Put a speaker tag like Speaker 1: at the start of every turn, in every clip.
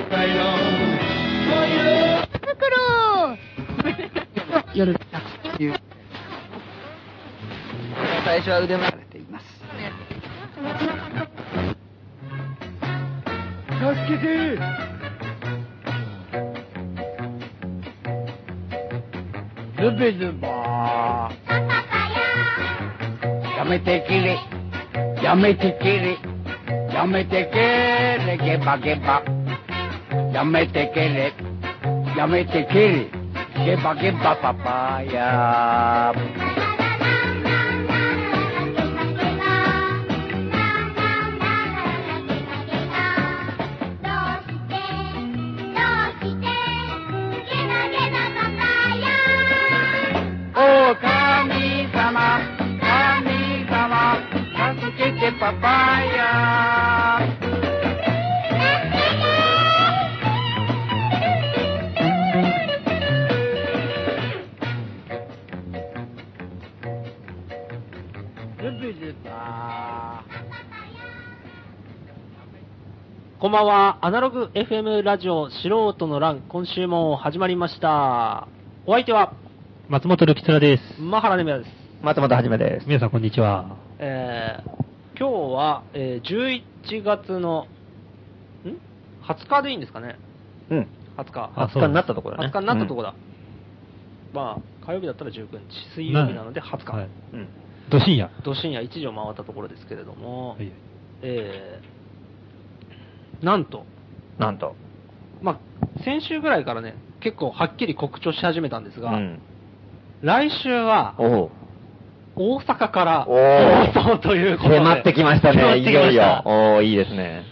Speaker 1: 夜最初は腕もされています。助けて。ズビズバー。やめてけれ。やめてけれ。やめてけれ。ゲバゲバ。やめてけれ。やめてけれ。ゲバゲバパパヤ。お神様、神様、助けてパパヤ。
Speaker 2: こんばんは。アナログ FM ラジオ素人の欄、今週も始まりました。お相手は
Speaker 3: 松本るきつらです。
Speaker 2: マハラネメヤです。
Speaker 4: 松本はじめです。
Speaker 3: 皆さんこんにちは。
Speaker 2: 今日は、11月の20日でいいんですかね。
Speaker 4: うん。
Speaker 2: 20日。
Speaker 4: 20日になったところだね。
Speaker 2: 20日になったところだ。まあ火曜日だったら19日、水曜日なので20日。はい。
Speaker 3: うん。ど深夜
Speaker 2: 1時を回ったところですけれども、
Speaker 3: はい、
Speaker 2: なんと、まあ、先週ぐらいからね、結構はっきり告知をし始めたんですが、来週は、大阪から放送ということで。
Speaker 4: 迫ってきましたね、いよいよ。いいですね。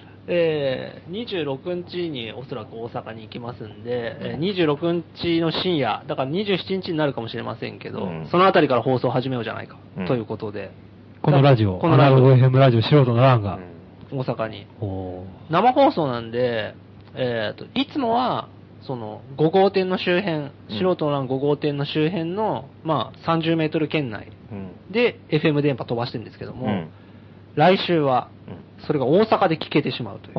Speaker 2: 26日におそらく大阪に行きますんで、26日の深夜、だから27日になるかもしれませんけど、そのあたりから放送を始めようじゃないか、ということで。
Speaker 3: このラジオ、アナログ FM ラジオ素人の欄が、
Speaker 2: 大阪に。生放送なんで、いつもは、その、5号店の周辺、素人の欄5号店の周辺の、まあ、30メートル圏内で FM 電波飛ばしてるんですけども、来週は、それが大阪で聞けてしまうという。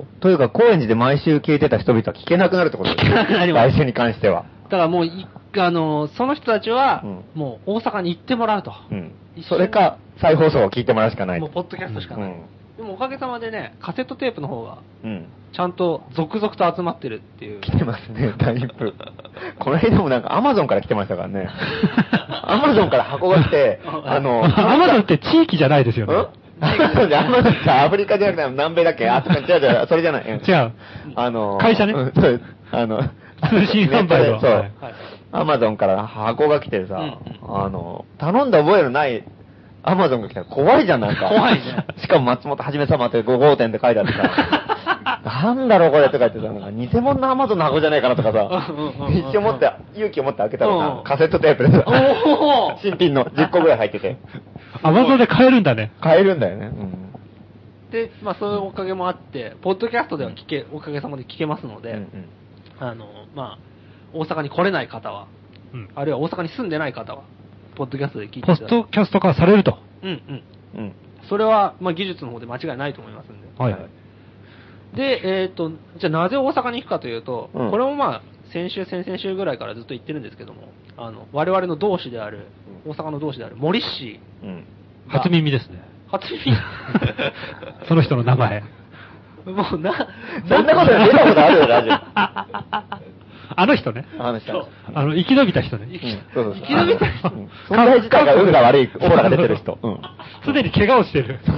Speaker 4: というか、高円寺で毎週聞いてた人々は聞けなくなるってことですね。
Speaker 2: 聞けなくなります。
Speaker 4: 来週に関しては。
Speaker 2: だからもう、その人たちは、もう大阪に行ってもらうと。
Speaker 4: それか、再放送を聞いてもらうしかない。
Speaker 2: もう、ポッドキャストしかない。でもおかげさまでね、カセットテープの方が、ちゃんと続々と集まってるっていう。
Speaker 4: 来てますね、だいぶ。この間もなんかアマゾンから来てましたからね。アマゾンから箱が来て、
Speaker 3: アマゾンって地域じゃないですよね。
Speaker 4: アマゾンってアフリカじゃなくて南米だっけ？違う、それじゃない。
Speaker 3: 違う。会社ね。通信販売の。
Speaker 4: そう。アマゾンから箱が来てさ、頼んだ覚えのないアマゾンが来たら怖いじゃん、なんか。
Speaker 2: 怖いね。
Speaker 4: しかも松本はじめ様って5号店って書いてあってさ、なんだろうこれとか言ってさ、なんか偽物のアマゾンの箱じゃないかなとかさ、一応持って、勇気を持って開けたらさ、カセットテープでさ、新品の10個ぐらい入ってて。
Speaker 3: アマゾンで買えるんだね。
Speaker 4: 買えるんだよね。
Speaker 2: で、まあそういうおかげもあって、ポッドキャストではおかげさまで聞けますので、まあ、大阪に来れない方は、あるいは大阪に住んでない方は、ポッドキャストで聞いていただいて。
Speaker 3: ポッドキャスト化されると。
Speaker 2: それは、まあ技術の方で間違いないと思いますんで。
Speaker 3: はい。
Speaker 2: で、じゃあなぜ大阪に行くかというと、これもまあ、先々週ぐらいからずっと言ってるんですけども、我々の同志である、大阪の同志である森氏。
Speaker 3: 初耳ですね。
Speaker 2: 初耳
Speaker 3: その人の名前。
Speaker 2: もう
Speaker 4: そんなこと出たことあるよ、ラジオ。
Speaker 3: あの人ね。生き延びた人ね。
Speaker 4: 生き延びた人。存在自体が運が悪い、オーラが出てる人。
Speaker 3: すでに怪我をしてる。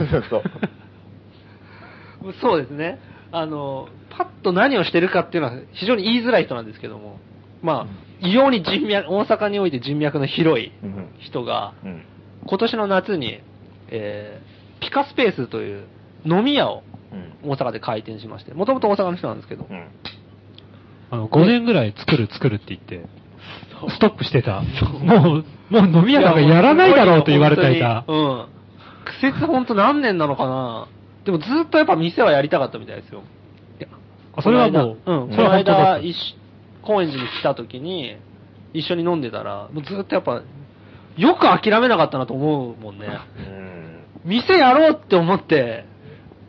Speaker 2: そうですね。パッと何をしてるかっていうのは非常に言いづらい人なんですけども、まあ、異様に大阪において人脈の広い人が、今年の夏に、ピカスペースという飲み屋を大阪で開店しまして、もともと大阪の人なんですけど、
Speaker 3: 5年ぐらい作るって言って、ストップしてた。もう飲み屋なんかやらないだろうと言われていた。
Speaker 2: 苦節ほんと何年なのかな。でもずっとやっぱ店はやりたかったみたいですよ。
Speaker 3: それはもう、
Speaker 2: この間、高円寺に来た時に、一緒に飲んでたら、もうずっとやっぱ、よく諦めなかったなと思うもんね。店やろうって思って、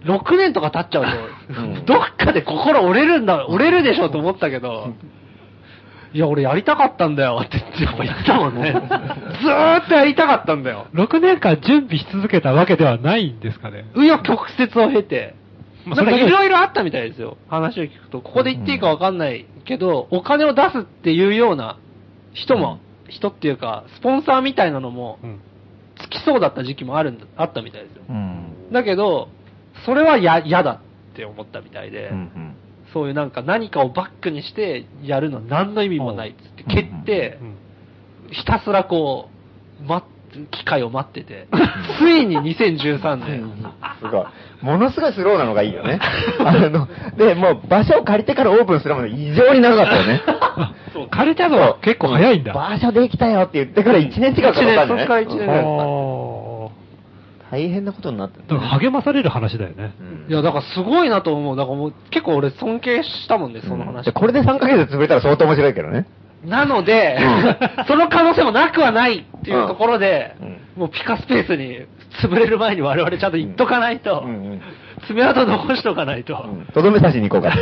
Speaker 2: 6年とか経っちゃうと、どっかで心折れるでしょと思ったけど、いや、俺やりたかったんだよってやっぱ言ったもんね。ずーっとやりたかったんだよ。
Speaker 3: 6年間準備し続けたわけではないんですかね。
Speaker 2: 紆余曲折を経て、なんかいろいろあったみたいですよ。話を聞くと。ここで言っていいかわかんないけど、お金を出すっていうような人っていうか、スポンサーみたいなのも、つきそうだった時期もあったみたいですよ。だけど、それは嫌だって思ったみたいで、そういうなんか何かをバックにしてやるのは何の意味もないっつって蹴って、ひたすらこう、機会を待ってて、ついに2013年。
Speaker 4: すごい。ものすごいスローなのがいいよね。で、もう場所を借りてからオープンするまで異常に長かったよね。
Speaker 3: そう借りたのは結構早いんだ。
Speaker 4: 場所できたよって言ってから1年近くかかったんだね。
Speaker 2: そっから1年ぐらい。
Speaker 4: 大変なことになってる。
Speaker 3: 励まされる話だよね。
Speaker 2: いや、だからすごいなと思う。だからもう結構俺尊敬したもんね、その話。
Speaker 4: これで3ヶ月潰れたら相当面白いけどね。
Speaker 2: なので、その可能性もなくはないっていうところで、もうピカスペースに潰れる前に我々ちゃんと言っとかないと、爪痕残しとかないと。
Speaker 4: とどめ刺しに行こうか。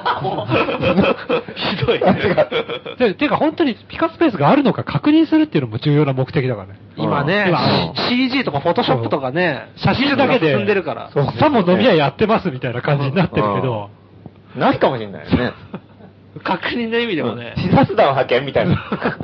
Speaker 2: ひどい。
Speaker 3: ていうか本当にピカスペースがあるのか確認するっていうのも重要な目的だからね。
Speaker 2: 今ね、CG とかフォトショップとかね、
Speaker 3: 写真だけで、
Speaker 2: 進んでるから。
Speaker 3: さも飲み屋やってますみたいな感じになってるけど。
Speaker 4: ないかもしれないよね。
Speaker 2: 確認の意味でもね。
Speaker 4: 視察団派遣みたいな。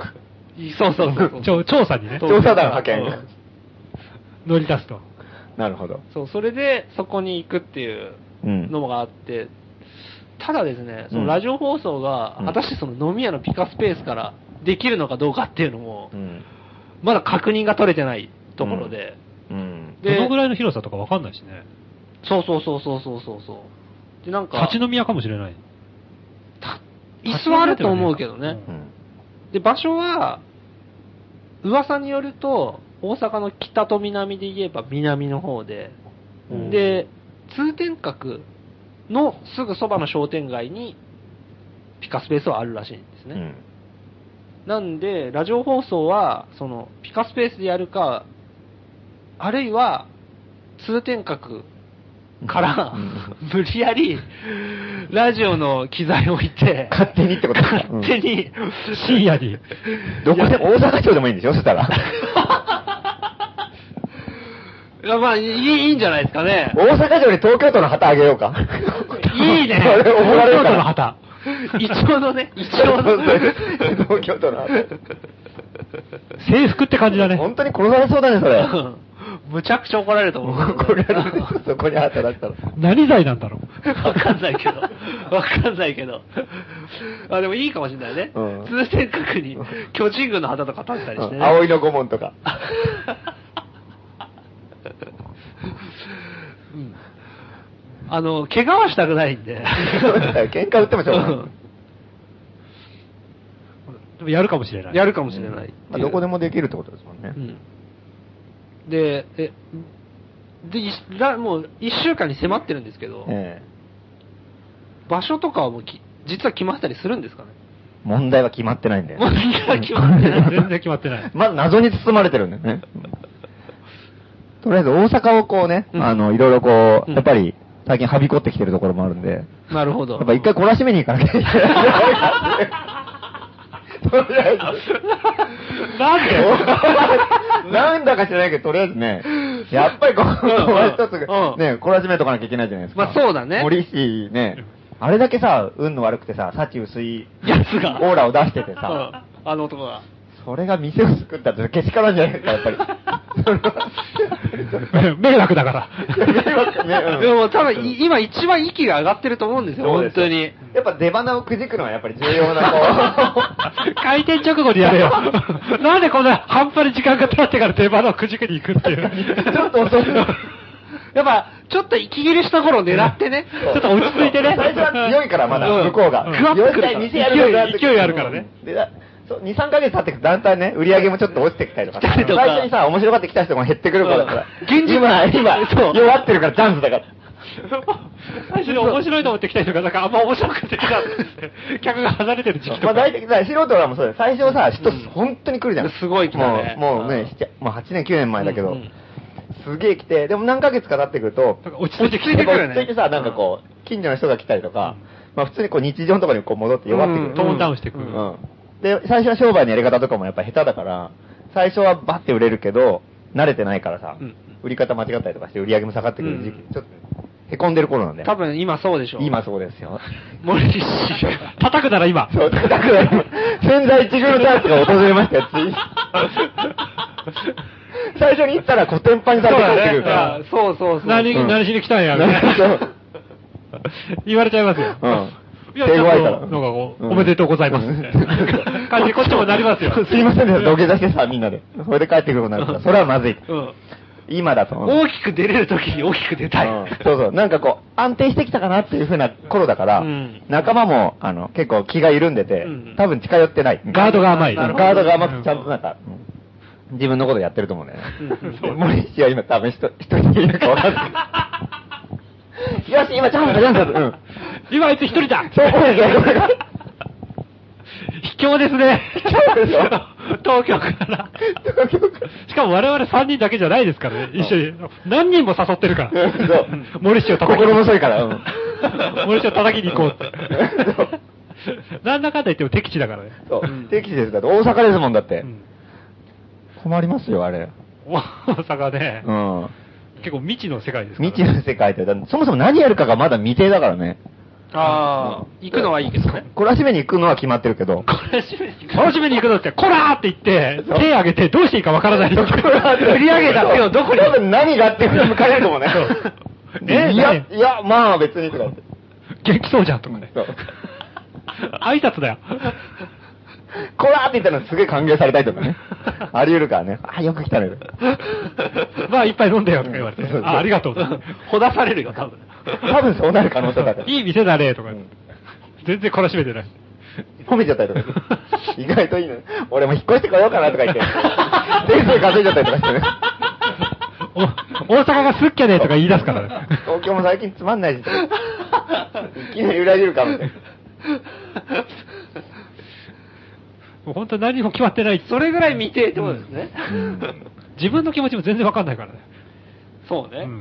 Speaker 2: そう。
Speaker 3: 調査にね。
Speaker 4: 調査団派遣。
Speaker 3: 乗り出すと。
Speaker 4: なるほど。
Speaker 2: そう、それでそこに行くっていうのがあって、ただですね、そのラジオ放送が、果たしてその飲み屋のピカスペースからできるのかどうかっていうのも、まだ確認が取れてないところで。
Speaker 3: どのぐらいの広さとかわかんないしね。
Speaker 2: そう。で、なんか。
Speaker 3: 立ち飲み屋かもしれない。
Speaker 2: 椅子はあると思うけどね。で、場所は、噂によると、大阪の北と南で言えば南の方で、で、通天閣のすぐそばの商店街にピカスペースはあるらしいんですね。なんで、ラジオ放送は、その、ピカスペースでやるか、あるいは、通天閣から、無理やり、ラジオの機材を置いて、
Speaker 4: 勝手にってこと
Speaker 2: 勝手に、
Speaker 3: 深夜に。
Speaker 4: どこで、大阪城でもいいんでしょそしたら。
Speaker 2: いや、まあ、いいんじゃないですかね。
Speaker 4: 大阪城に東京都の旗あげようか。
Speaker 2: いいね。
Speaker 4: それ怒られるから。
Speaker 3: 東京都の旗。
Speaker 2: イチョウのね、イチョウの。
Speaker 4: 東京都の旗。
Speaker 3: 制服って感じだね。
Speaker 4: 本当に殺されそうだね、それ。
Speaker 2: むちゃくちゃ怒られると思う。
Speaker 4: 怒られる。そこに働いたら。
Speaker 3: 何罪なんだろう。
Speaker 2: わかんないけど。あ、でもいいかもしれないね。通天閣に巨人軍の旗とか立ったりしてね。
Speaker 4: 葵の御門とか。
Speaker 2: 怪我はしたくないんで。
Speaker 4: 喧嘩売ってもしょうがない。
Speaker 3: でもやるかもしれない。
Speaker 2: やるかもしれない。
Speaker 4: どこでもできるってことですもんね。
Speaker 2: で、もう1週間に迫ってるんですけど、場所とかはもう実は決まったりするんですかね？
Speaker 4: 問題は決まってないんだよ。
Speaker 2: 問題は決まってない。
Speaker 3: 全然決まってない。
Speaker 4: まず謎に包まれてるんだよね。とりあえず大阪をこうね、いろいろこう、やっぱり最近はびこってきてるところもあるんで。
Speaker 2: なるほど。
Speaker 4: やっぱ一回懲らしめに行かなきゃいけない。とりあえず。
Speaker 2: なんで
Speaker 4: なんだか知らないけど、とりあえずね、やっぱりここは一つ、ね、懲らしめとかなきゃいけないじゃないですか。
Speaker 2: まあそうだね。
Speaker 4: 森氏ね、あれだけさ、運の悪くてさ、幸薄い
Speaker 2: やつが、
Speaker 4: オーラを出しててさ、
Speaker 2: あの男が。
Speaker 4: それが店を救ったってけしからんじゃないですか、やっぱり。
Speaker 3: 迷惑だから。
Speaker 4: 迷惑ね。
Speaker 2: でも多分今一番息が上がってると思うんですよ、本当に。
Speaker 4: やっぱ出花をくじくのはやっぱり重要なこ
Speaker 3: う。開店直後にやれよ。なんでこんな半端に時間が経ってから出花をくじくに行くっていう。
Speaker 4: ちょっと遅い。
Speaker 2: やっぱ、ちょっと息切れした頃狙ってね。
Speaker 3: ちょっと落ち着いてね。
Speaker 4: 最初は強いからまだ、向こうが。
Speaker 2: グワッとくるから。
Speaker 4: 店やる
Speaker 3: 勢いあるからね。
Speaker 4: 2、3ヶ月経ってくとだんだんね、売り上げもちょっと落ちてきたりとか。最初にさ、面白がってきた人も減ってくるからだから。今、弱ってるからチャンスだから。
Speaker 3: 最初に面白いと思ってきた人が、なんかあんま面白くてきたって客が離れてる時期とか。
Speaker 4: まあ大体、素人らもそうだよ。最初さ、人、本当に来るじゃん。
Speaker 2: すごい来たね。
Speaker 4: もうね、もう8年、9年前だけど、 すげえ来て、でも何ヶ月か経ってくると、
Speaker 3: 落ち着いてきて
Speaker 2: くるね。
Speaker 4: 落ち着いてさ、なんかこう、近所の人が来たりとか、まあ普通にこう日常のところにこう戻って弱ってくる。
Speaker 3: トーンダウンしてくる。
Speaker 4: で、最初は商売のやり方とかもやっぱ下手だから、最初はバッて売れるけど、慣れてないからさ、売り方間違ったりとかして売り上げも下がってくる時期、ちょっと凹んでる頃なんで。
Speaker 2: 多分今そうでしょ。
Speaker 4: 今そうですよ。
Speaker 2: 森氏。
Speaker 3: 叩くなら今。
Speaker 4: そう、叩くなら今。千載一遇のチャンスが訪れましたよ、つい。最初に行ったらコテンパンにされて帰ってくるから。
Speaker 2: そう。
Speaker 3: 何しに来たんや、みたいな。言われちゃいますよ。いや、
Speaker 4: 手強いから。
Speaker 3: なんかこう、おめでとうございます。感じでこっちもなりますよ。
Speaker 4: すいませんね、土下座してさ、みんなで。それで帰ってくることになるから、それはまずい。今だと。
Speaker 2: 大きく出れるときに大きく出たい。
Speaker 4: そうそう。なんかこう、安定してきたかなっていう風な頃だから、仲間も、結構気が緩んでて、多分近寄ってない。
Speaker 3: ガードが甘い。
Speaker 4: ガードが甘くちゃんとなんか、自分のことやってると思うんだよね。森氏は今多分一人でいるか分かんない。よし、今チャンスだ。
Speaker 3: 今あいつ一人だ。
Speaker 4: そう、
Speaker 3: 卑怯ですね。東京から。しかも我々3人だけじゃないですからね。一緒に。何人も誘ってるから。森氏を叩きに。
Speaker 4: 心細いから。
Speaker 3: 森氏を叩きに行こうって。なんだかんだ言っても敵地だからね。
Speaker 4: そう。敵地ですから。大阪ですもんだって。困りますよ、あれ。
Speaker 3: 大阪ね。結構未知の世界ですから。
Speaker 4: 未知の世界って、そもそも何やるかがまだ未定だからね。
Speaker 2: 行くのはいいですね。
Speaker 4: 懲らしめに行くのは決まってるけど。
Speaker 3: 懲らしめに行くのって、こらーって言って、手挙げてどうしていいかわからない。
Speaker 2: 売り上げだけど、どこに。
Speaker 4: 多分何がっていうのを迎えると思うね。いや、まあ別にとかって。
Speaker 3: 元気そうじゃんとかね。挨拶だよ。
Speaker 4: こらーって言ったらすげえ歓迎されたりとかね。あり得るからね。よく来たね。
Speaker 3: まあ一杯飲んでよとか言われて。ありがとう。
Speaker 2: ほだされるよ、多分。
Speaker 4: 多分そうなる可能性だから。
Speaker 3: いい店だねとか。全然懲らしめてない。
Speaker 4: 褒めちゃったりとか。意外といいの。俺も引っ越してこようかなとか言って。点数稼いじゃったりとかしてね。
Speaker 3: 大阪がすっきゃねとか言い出すからね。
Speaker 4: 東京も最近つまんないし。いきなり裏切るかみたいな。
Speaker 3: もう本当何も決まってない。
Speaker 2: それぐらい未定ってことですね。
Speaker 3: 自分の気持ちも全然わかんないからね。
Speaker 2: そうね。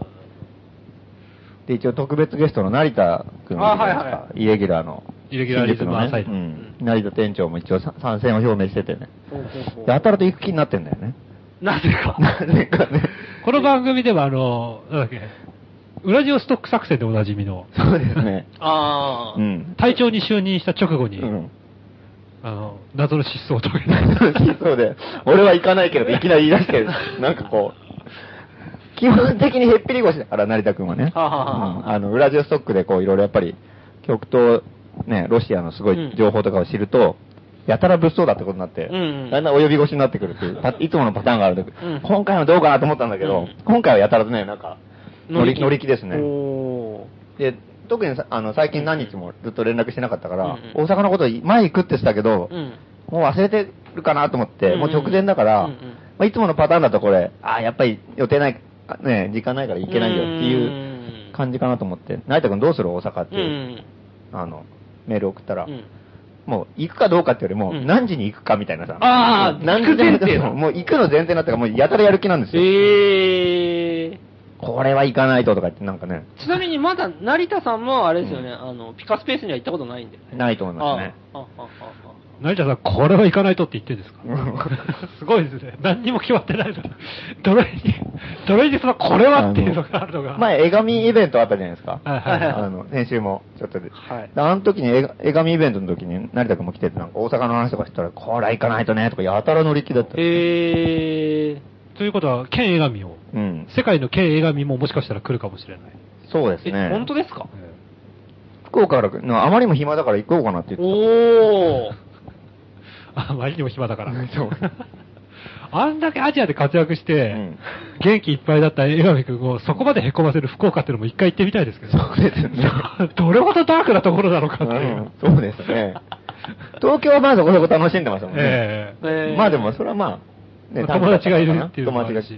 Speaker 4: で、一応特別ゲストの成田君がイレギュラーの。
Speaker 3: イレギュラーリズムアサイド。
Speaker 4: 成田店長も一応参戦を表明しててね。やたらと行く気になってんだよね。
Speaker 2: なぜか。
Speaker 4: ね。
Speaker 3: この番組ではなんだっけ、ウラジオストック作戦でおなじみの。
Speaker 4: そうですね。
Speaker 3: 隊長に就任した直後に、謎の失踪という。
Speaker 4: 失踪で、俺は行かないけど、いきなり言い出して、なんかこう、基本的にへっぴり腰だから、成田くんはね。ウラジオストックでこう、いろいろやっぱり、極東、ね、ロシアのすごい情報とかを知ると、やたら物騒だってことになって、だんだん及び腰になってくるっていう、いつものパターンがあるんだけど、今回はどうかなと思ったんだけど、今回はやたらとね、なんか、乗り気ですね。で、特に最近何日もずっと連絡してなかったから、大阪のこと前行くって言ってたけど、もう忘れてるかなと思って、もう直前だから、いつものパターンだとこれ、やっぱり予定ない、ね、時間ないから行けないよっていう感じかなと思って、成田君どうする大阪って、メール送ったら、もう行くかどうかってよりも、何時に行くかみたいなさ。何時でももう行くの前提になったから、もうやたらやる気なんですよ。これは行かないととか言ってなんかね。
Speaker 2: ちなみにまだ成田さんもあれですよね、ピカスペースには行ったことないんで。
Speaker 4: ないと思いますね。
Speaker 3: 成田さん、これは行かないとって言ってるんですか？すごいですね。何にも決まってないのに。どれにそのこれはっていうのがあるのが。
Speaker 4: 前、絵紙イベントあったじゃないですか。先週もちょっとで。あの時に絵紙イベントの時に成田君も来てて、なんか大阪の話とかしたら、これは行かないとねとかやたら乗り気だった。
Speaker 3: ということは、県絵紙を、世界の県絵紙ももしかしたら来るかもしれない。
Speaker 4: そうですね。
Speaker 2: 本当ですか？
Speaker 4: 福岡からあまりにも暇だから行こうかなって言ってた。
Speaker 3: あまりにも暇だから。そう。あんだけアジアで活躍して、元気いっぱいだった江上君をそこまで凹ませる福岡っていうのも一回行ってみたいですけど。
Speaker 4: そうですね。
Speaker 3: どれほどダークなところなのかっていう。
Speaker 4: そうですね。東京はまあそこそこ楽しんでますもんね。まあでもそれはまあ、
Speaker 3: 友達がいるっていうのもあるし。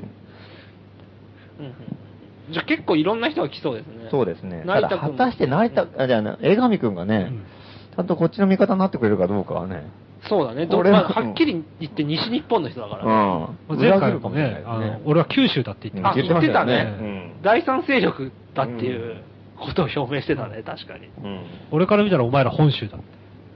Speaker 2: じゃあ結構いろんな人が来そうですね。
Speaker 4: そうですね。ただ果たして成田、じゃあ江上君がね、ちゃんとこっちの味方になってくれるかどうかはね。
Speaker 2: そうだね。はっきり言って西日本の人だからね。
Speaker 3: 前回もね、俺は九州だって言って
Speaker 2: 言ってたね。第三勢力だっていうことを表明してたね、確かに。
Speaker 3: 俺から見たらお前ら本州だって。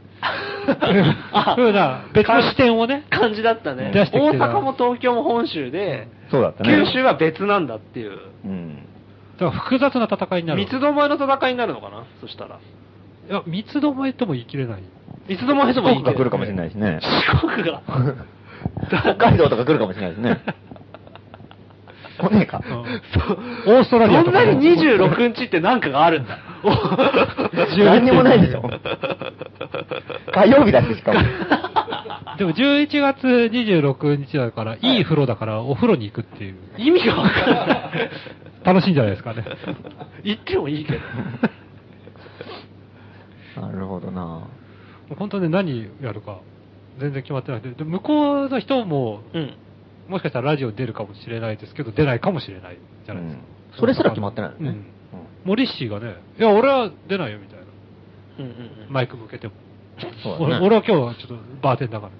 Speaker 3: そうだ、別の視点をね。
Speaker 2: 感じだったね。大阪も東京も本州で、
Speaker 4: そうだったね。
Speaker 2: 九州は別なんだっていう。
Speaker 3: だから複雑な戦いになる。
Speaker 2: 三つどもえの戦いになるのかな、そしたら。
Speaker 3: いや、三つどもえとも言い切れない。
Speaker 2: 三つどもえとも言い切れない。
Speaker 4: 四国が来るかもしれないしね。
Speaker 2: 四国が。
Speaker 4: 北海道とか来るかもしれないですね。来ねえか。
Speaker 3: オーストラリアとか。
Speaker 2: そんなに26日ってなんかがあるんだ。
Speaker 4: 何にもないでしょ。火曜日だし、しかも。
Speaker 3: でも11月26日だから、いい風呂だからお風呂に行くっていう。
Speaker 2: 意味がわからない。
Speaker 3: 楽しいんじゃないですかね。
Speaker 2: 行ってもいいけ
Speaker 4: ど。なるほどな。
Speaker 3: 本当ね、何やるか全然決まってなくて、で向こうの人も、もしかしたらラジオ出るかもしれないですけど、出ないかもしれないじゃないですか。
Speaker 4: それすら決まってないのね。
Speaker 3: モリッシーがね、いや、俺は出ないよみたいな。マイク向けても。俺は今日はちょっとバーテンだから。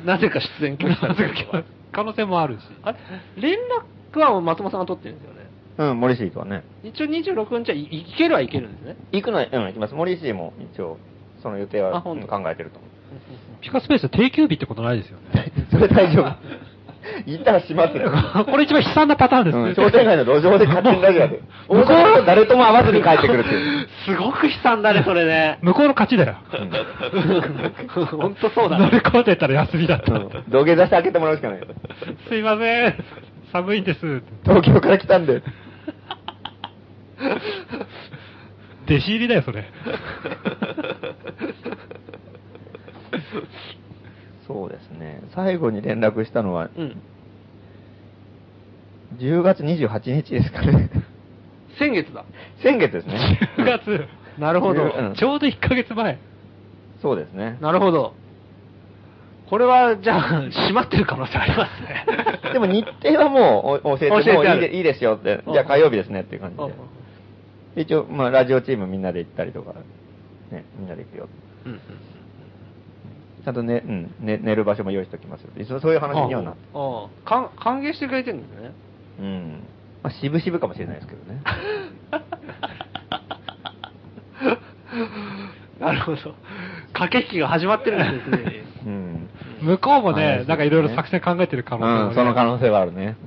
Speaker 2: なぜか出演拒否されてる
Speaker 3: 可能性もあるし。
Speaker 2: あれ連絡は松本さんが取ってるんですよね。
Speaker 4: モリシーとはね。
Speaker 2: 一応26日は行けるは行けるんですね。
Speaker 4: 行くのは、行きます。モリシーも一応、その予定は考えてると思う。
Speaker 3: ピカスペース定休日ってことないですよね。
Speaker 4: それ大丈夫。行ったらしますよ。
Speaker 3: これ一番悲惨なパターンですね。
Speaker 4: 商店街の路上で勝手にラジオやって。向こうと誰とも会わずに帰ってくるっていう。
Speaker 2: すごく悲惨だね、それね。
Speaker 3: 向こうの勝ちだよ。
Speaker 2: ほんとそうだね。
Speaker 3: 乗り越えてったら休みだった。
Speaker 4: 土下座して開けてもらうしかない。
Speaker 3: すいません。寒いんです。
Speaker 4: 東京から来たんで。
Speaker 3: 弟子入りだよ、それ。
Speaker 4: そうですね。最後に連絡したのは、10月28日ですかね。
Speaker 2: 先月だ。
Speaker 4: 先月ですね。
Speaker 3: 10月。
Speaker 2: なるほど。
Speaker 3: ちょうど1ヶ月前。
Speaker 4: そうですね。
Speaker 2: なるほど。これは、じゃあ、閉まってる可能性ありますね。
Speaker 4: でも日程はもう教えてもいいですよって、じゃあ火曜日ですねっていう感じで。一応、ラジオチームみんなで行ったりとか、ね、みんなで行くよ。ちゃんとね、寝る場所も用意しておきますよ。そういう話にはなって。
Speaker 2: 歓迎してくれてるんですね。
Speaker 4: 渋々かもしれないですけどね。
Speaker 2: なるほど。駆け引きが始まってるんですね。
Speaker 3: 向こうもね、なんかいろいろ作戦考えてる可能性もね。
Speaker 4: その可能性はあるね。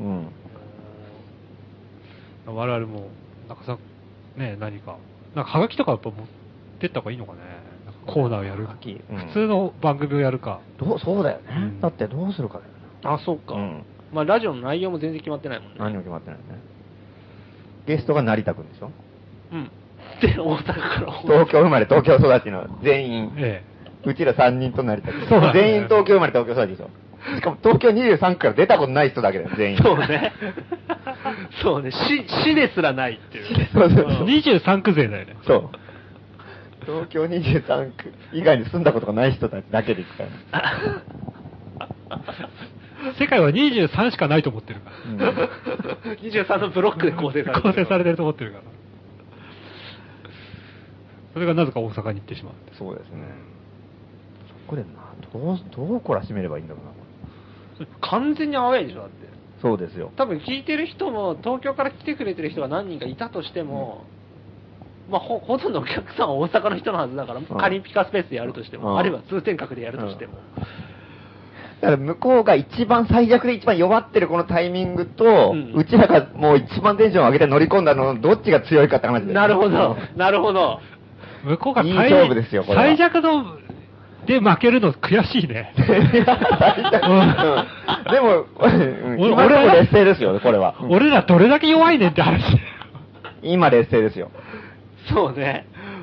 Speaker 3: 我々も、なんかさ、ね、何か、なんかハガキとかやっぱ持ってった方がいいのかね。コーナーをやる。普通の番組をやるか。
Speaker 4: そうだよね。だってどうするかだよ
Speaker 2: ね。あ、そうか。ラジオの内容も全然決まってないもんね。
Speaker 4: 何も決まってないね。ゲストが成田くんでしょ。
Speaker 2: で、大阪から
Speaker 4: 東京生まれ、東京育ちの全員。うちら3人と成田くん。全員東京生まれ、東京育ちでしょ。しかも東京23区から出たことない人だけだよ、全員。
Speaker 2: そうね。そうね。市ですらないっていう。
Speaker 3: そう23区勢だよね。
Speaker 4: そう。東京23区以外に住んだことがない人たちだけで行くから。
Speaker 3: 世界は23しかないと思ってるから。
Speaker 2: 23のブロックで構成されてる。
Speaker 3: 構成されてると思ってるから。それがなぜか大阪に行ってしまう。
Speaker 4: そうですね。そこでどう懲らしめればいいんだろうな。
Speaker 2: 完全にアウェイでしょ、だって。
Speaker 4: そうですよ。
Speaker 2: 多分聞いてる人も、東京から来てくれてる人が何人かいたとしても、ほとんどお客さんは大阪の人のはずだから、仮にピカスペースでやるとしても、あるいは通天閣でやるとしても。
Speaker 4: だから向こうが一番最悪で一番弱ってるこのタイミングと、うちらがもう一番テンション上げて乗り込んだの、どっちが強いかって話で。
Speaker 2: なるほど。なるほど。
Speaker 3: 向こうが
Speaker 4: 最悪ですよ、これ
Speaker 3: 最弱の、で負けるの悔しいね。
Speaker 4: でも、俺も劣勢ですよ、これは。
Speaker 3: 俺らどれだけ弱いねんって話。
Speaker 4: 今劣勢ですよ。
Speaker 2: そうね。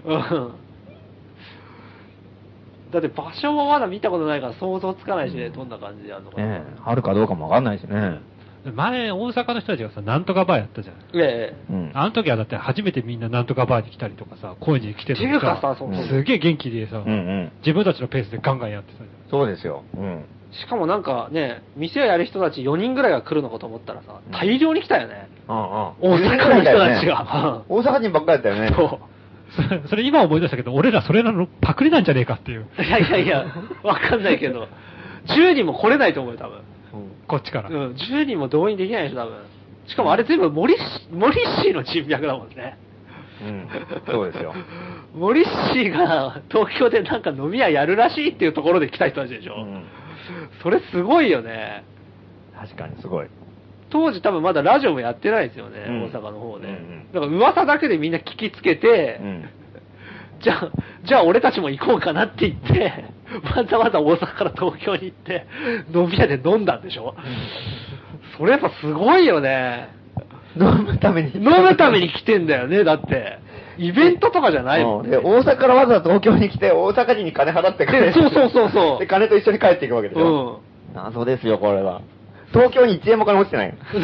Speaker 2: だって場所もまだ見たことないから想像つかないしね、どんな感じでやるのかな。
Speaker 4: あるかどうかもわかんないしね。
Speaker 3: 前、大阪の人たちがさ、なんとかバーやったじゃん。あの時はだって初めてみんななんとかバーに来たりとかさ、高円寺に来てるのにさ、すげえ元気でさ、自分たちのペースでガンガンやってたじゃん。
Speaker 4: そうですよ。
Speaker 2: しかもなんかね、店をやる人たち4人ぐらいが来るのかと思ったらさ、大量に来たよね。大阪の人たちが。
Speaker 4: 大阪人ばっかりだったよね。
Speaker 3: それ今思い出したけど、俺らそれらのパクリなんじゃねえかっていう。
Speaker 2: いや、わかんないけど、10人も来れないと思うよ、多分。
Speaker 3: こっちから。
Speaker 2: 10人も動員できないでしょ、多分。しかもあれ全部モリッシーの人脈だもんね。
Speaker 4: そうですよ。
Speaker 2: モリッシーが東京でなんか飲み屋やるらしいっていうところで来た人たちでしょ。それすごいよね。
Speaker 4: 確かにすごい。
Speaker 2: 当時多分まだラジオもやってないですよね、大阪の方で。だから噂だけでみんな聞きつけて、じゃあ俺たちも行こうかなって言って、わざわざ大阪から東京に行って、飲み屋で飲んだんでしょ。それやっぱすごいよね。
Speaker 4: 飲むために
Speaker 2: 来てんだよね、だって。イベントとかじゃないもんね。
Speaker 4: で、大阪からわざわざ東京に来て、大阪人に金払ってくれ
Speaker 2: て。そう。
Speaker 4: で、金と一緒に帰っていくわけでしょ。謎ですよ、これは。東京に1円も金落ちてない。そう。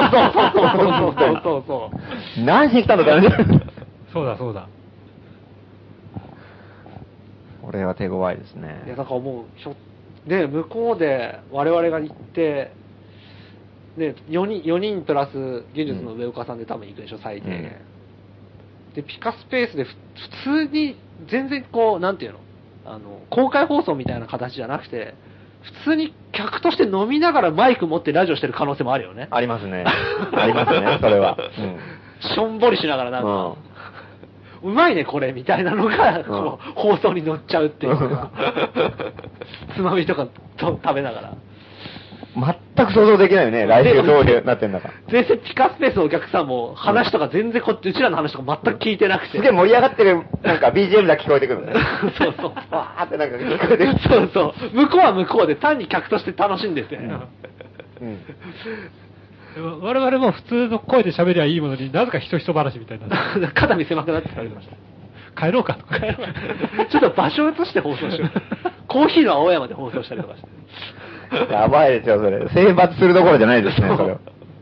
Speaker 4: 何しに来たのかね。
Speaker 3: そうだ。
Speaker 4: これは手強いですね。
Speaker 2: いや、だからもう、ね、向こうで我々が行って、ね、4人プラス技術の上岡さんで多分行くでしょ、最低限。で、ピカスペースで普通に、全然こう、なんていうの、公開放送みたいな形じゃなくて、普通に客として飲みながらマイク持ってラジオしてる可能性もあるよね。
Speaker 4: ありますね、それは。
Speaker 2: しょんぼりしながらなんか、うまいね、これ、みたいなのが、こう、放送に乗っちゃうっていうか、つまみとか食べながら。
Speaker 4: 全く想像できないよね、来週どうなってんだか。
Speaker 2: 全然ピカスペースのお客さんも話とか全然うちらの話とか全く聞いてなくて。
Speaker 4: すげえ盛り上がってる、なんか BGM だけ聞こえてくるね。そう。わーってなんか聞こえてく
Speaker 2: る。そう。向こうは向こうで単に客として楽しんでて。
Speaker 3: 我々も普通の声で喋りゃいいものになぜか人話みたいな。
Speaker 2: 肩身狭くなってされてました。
Speaker 3: 帰ろうかとか。
Speaker 2: ちょっと場所として放送しよう。コーヒーの青山で放送したりとかして。
Speaker 4: やばいですよ、それ。選抜するどころじゃないですね、それ。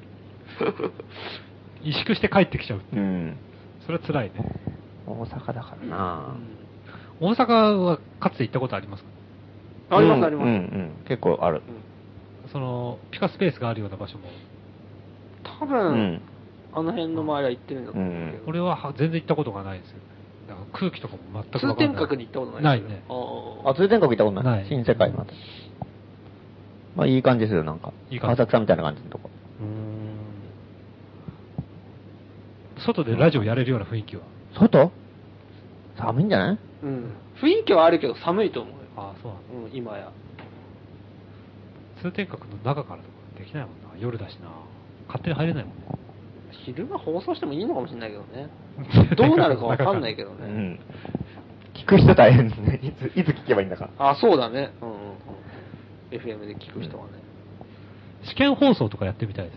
Speaker 3: 萎縮して帰ってきちゃう。それは辛いね。
Speaker 4: 大阪だからな。
Speaker 3: 大阪はかつて行ったことありますか？
Speaker 2: あります。
Speaker 4: 結構ある。
Speaker 3: その、ピカスペースがあるような場所も。
Speaker 2: 多分、あの辺の周りは行ってるんだと思うけど。
Speaker 3: 俺は全然行ったことがないですよ。だから空気とかも全く分からない。
Speaker 2: 通天閣に行ったことない
Speaker 3: ね。
Speaker 4: 通天閣行ったことない。新世界まで。まあいい感じですよ、なんか。浅草みたいな感じのとこ。
Speaker 3: 外でラジオやれるような雰囲気は。
Speaker 4: 外？寒いんじゃない？
Speaker 2: 雰囲気はあるけど寒いと思うよ。
Speaker 3: ああ、そうな
Speaker 2: の。今や。
Speaker 3: 通天閣の中からとかできないもんな。夜だしな。勝手に入れないもんね。
Speaker 2: 昼間放送してもいいのかもしれないけどね。どうなるかわかんないけどね。
Speaker 4: 聞く人大変ですね。いつ聞けばいいんだか。
Speaker 2: あ、そうだね。FM で聞く人はね。
Speaker 3: 試験放送とかやってみたいです。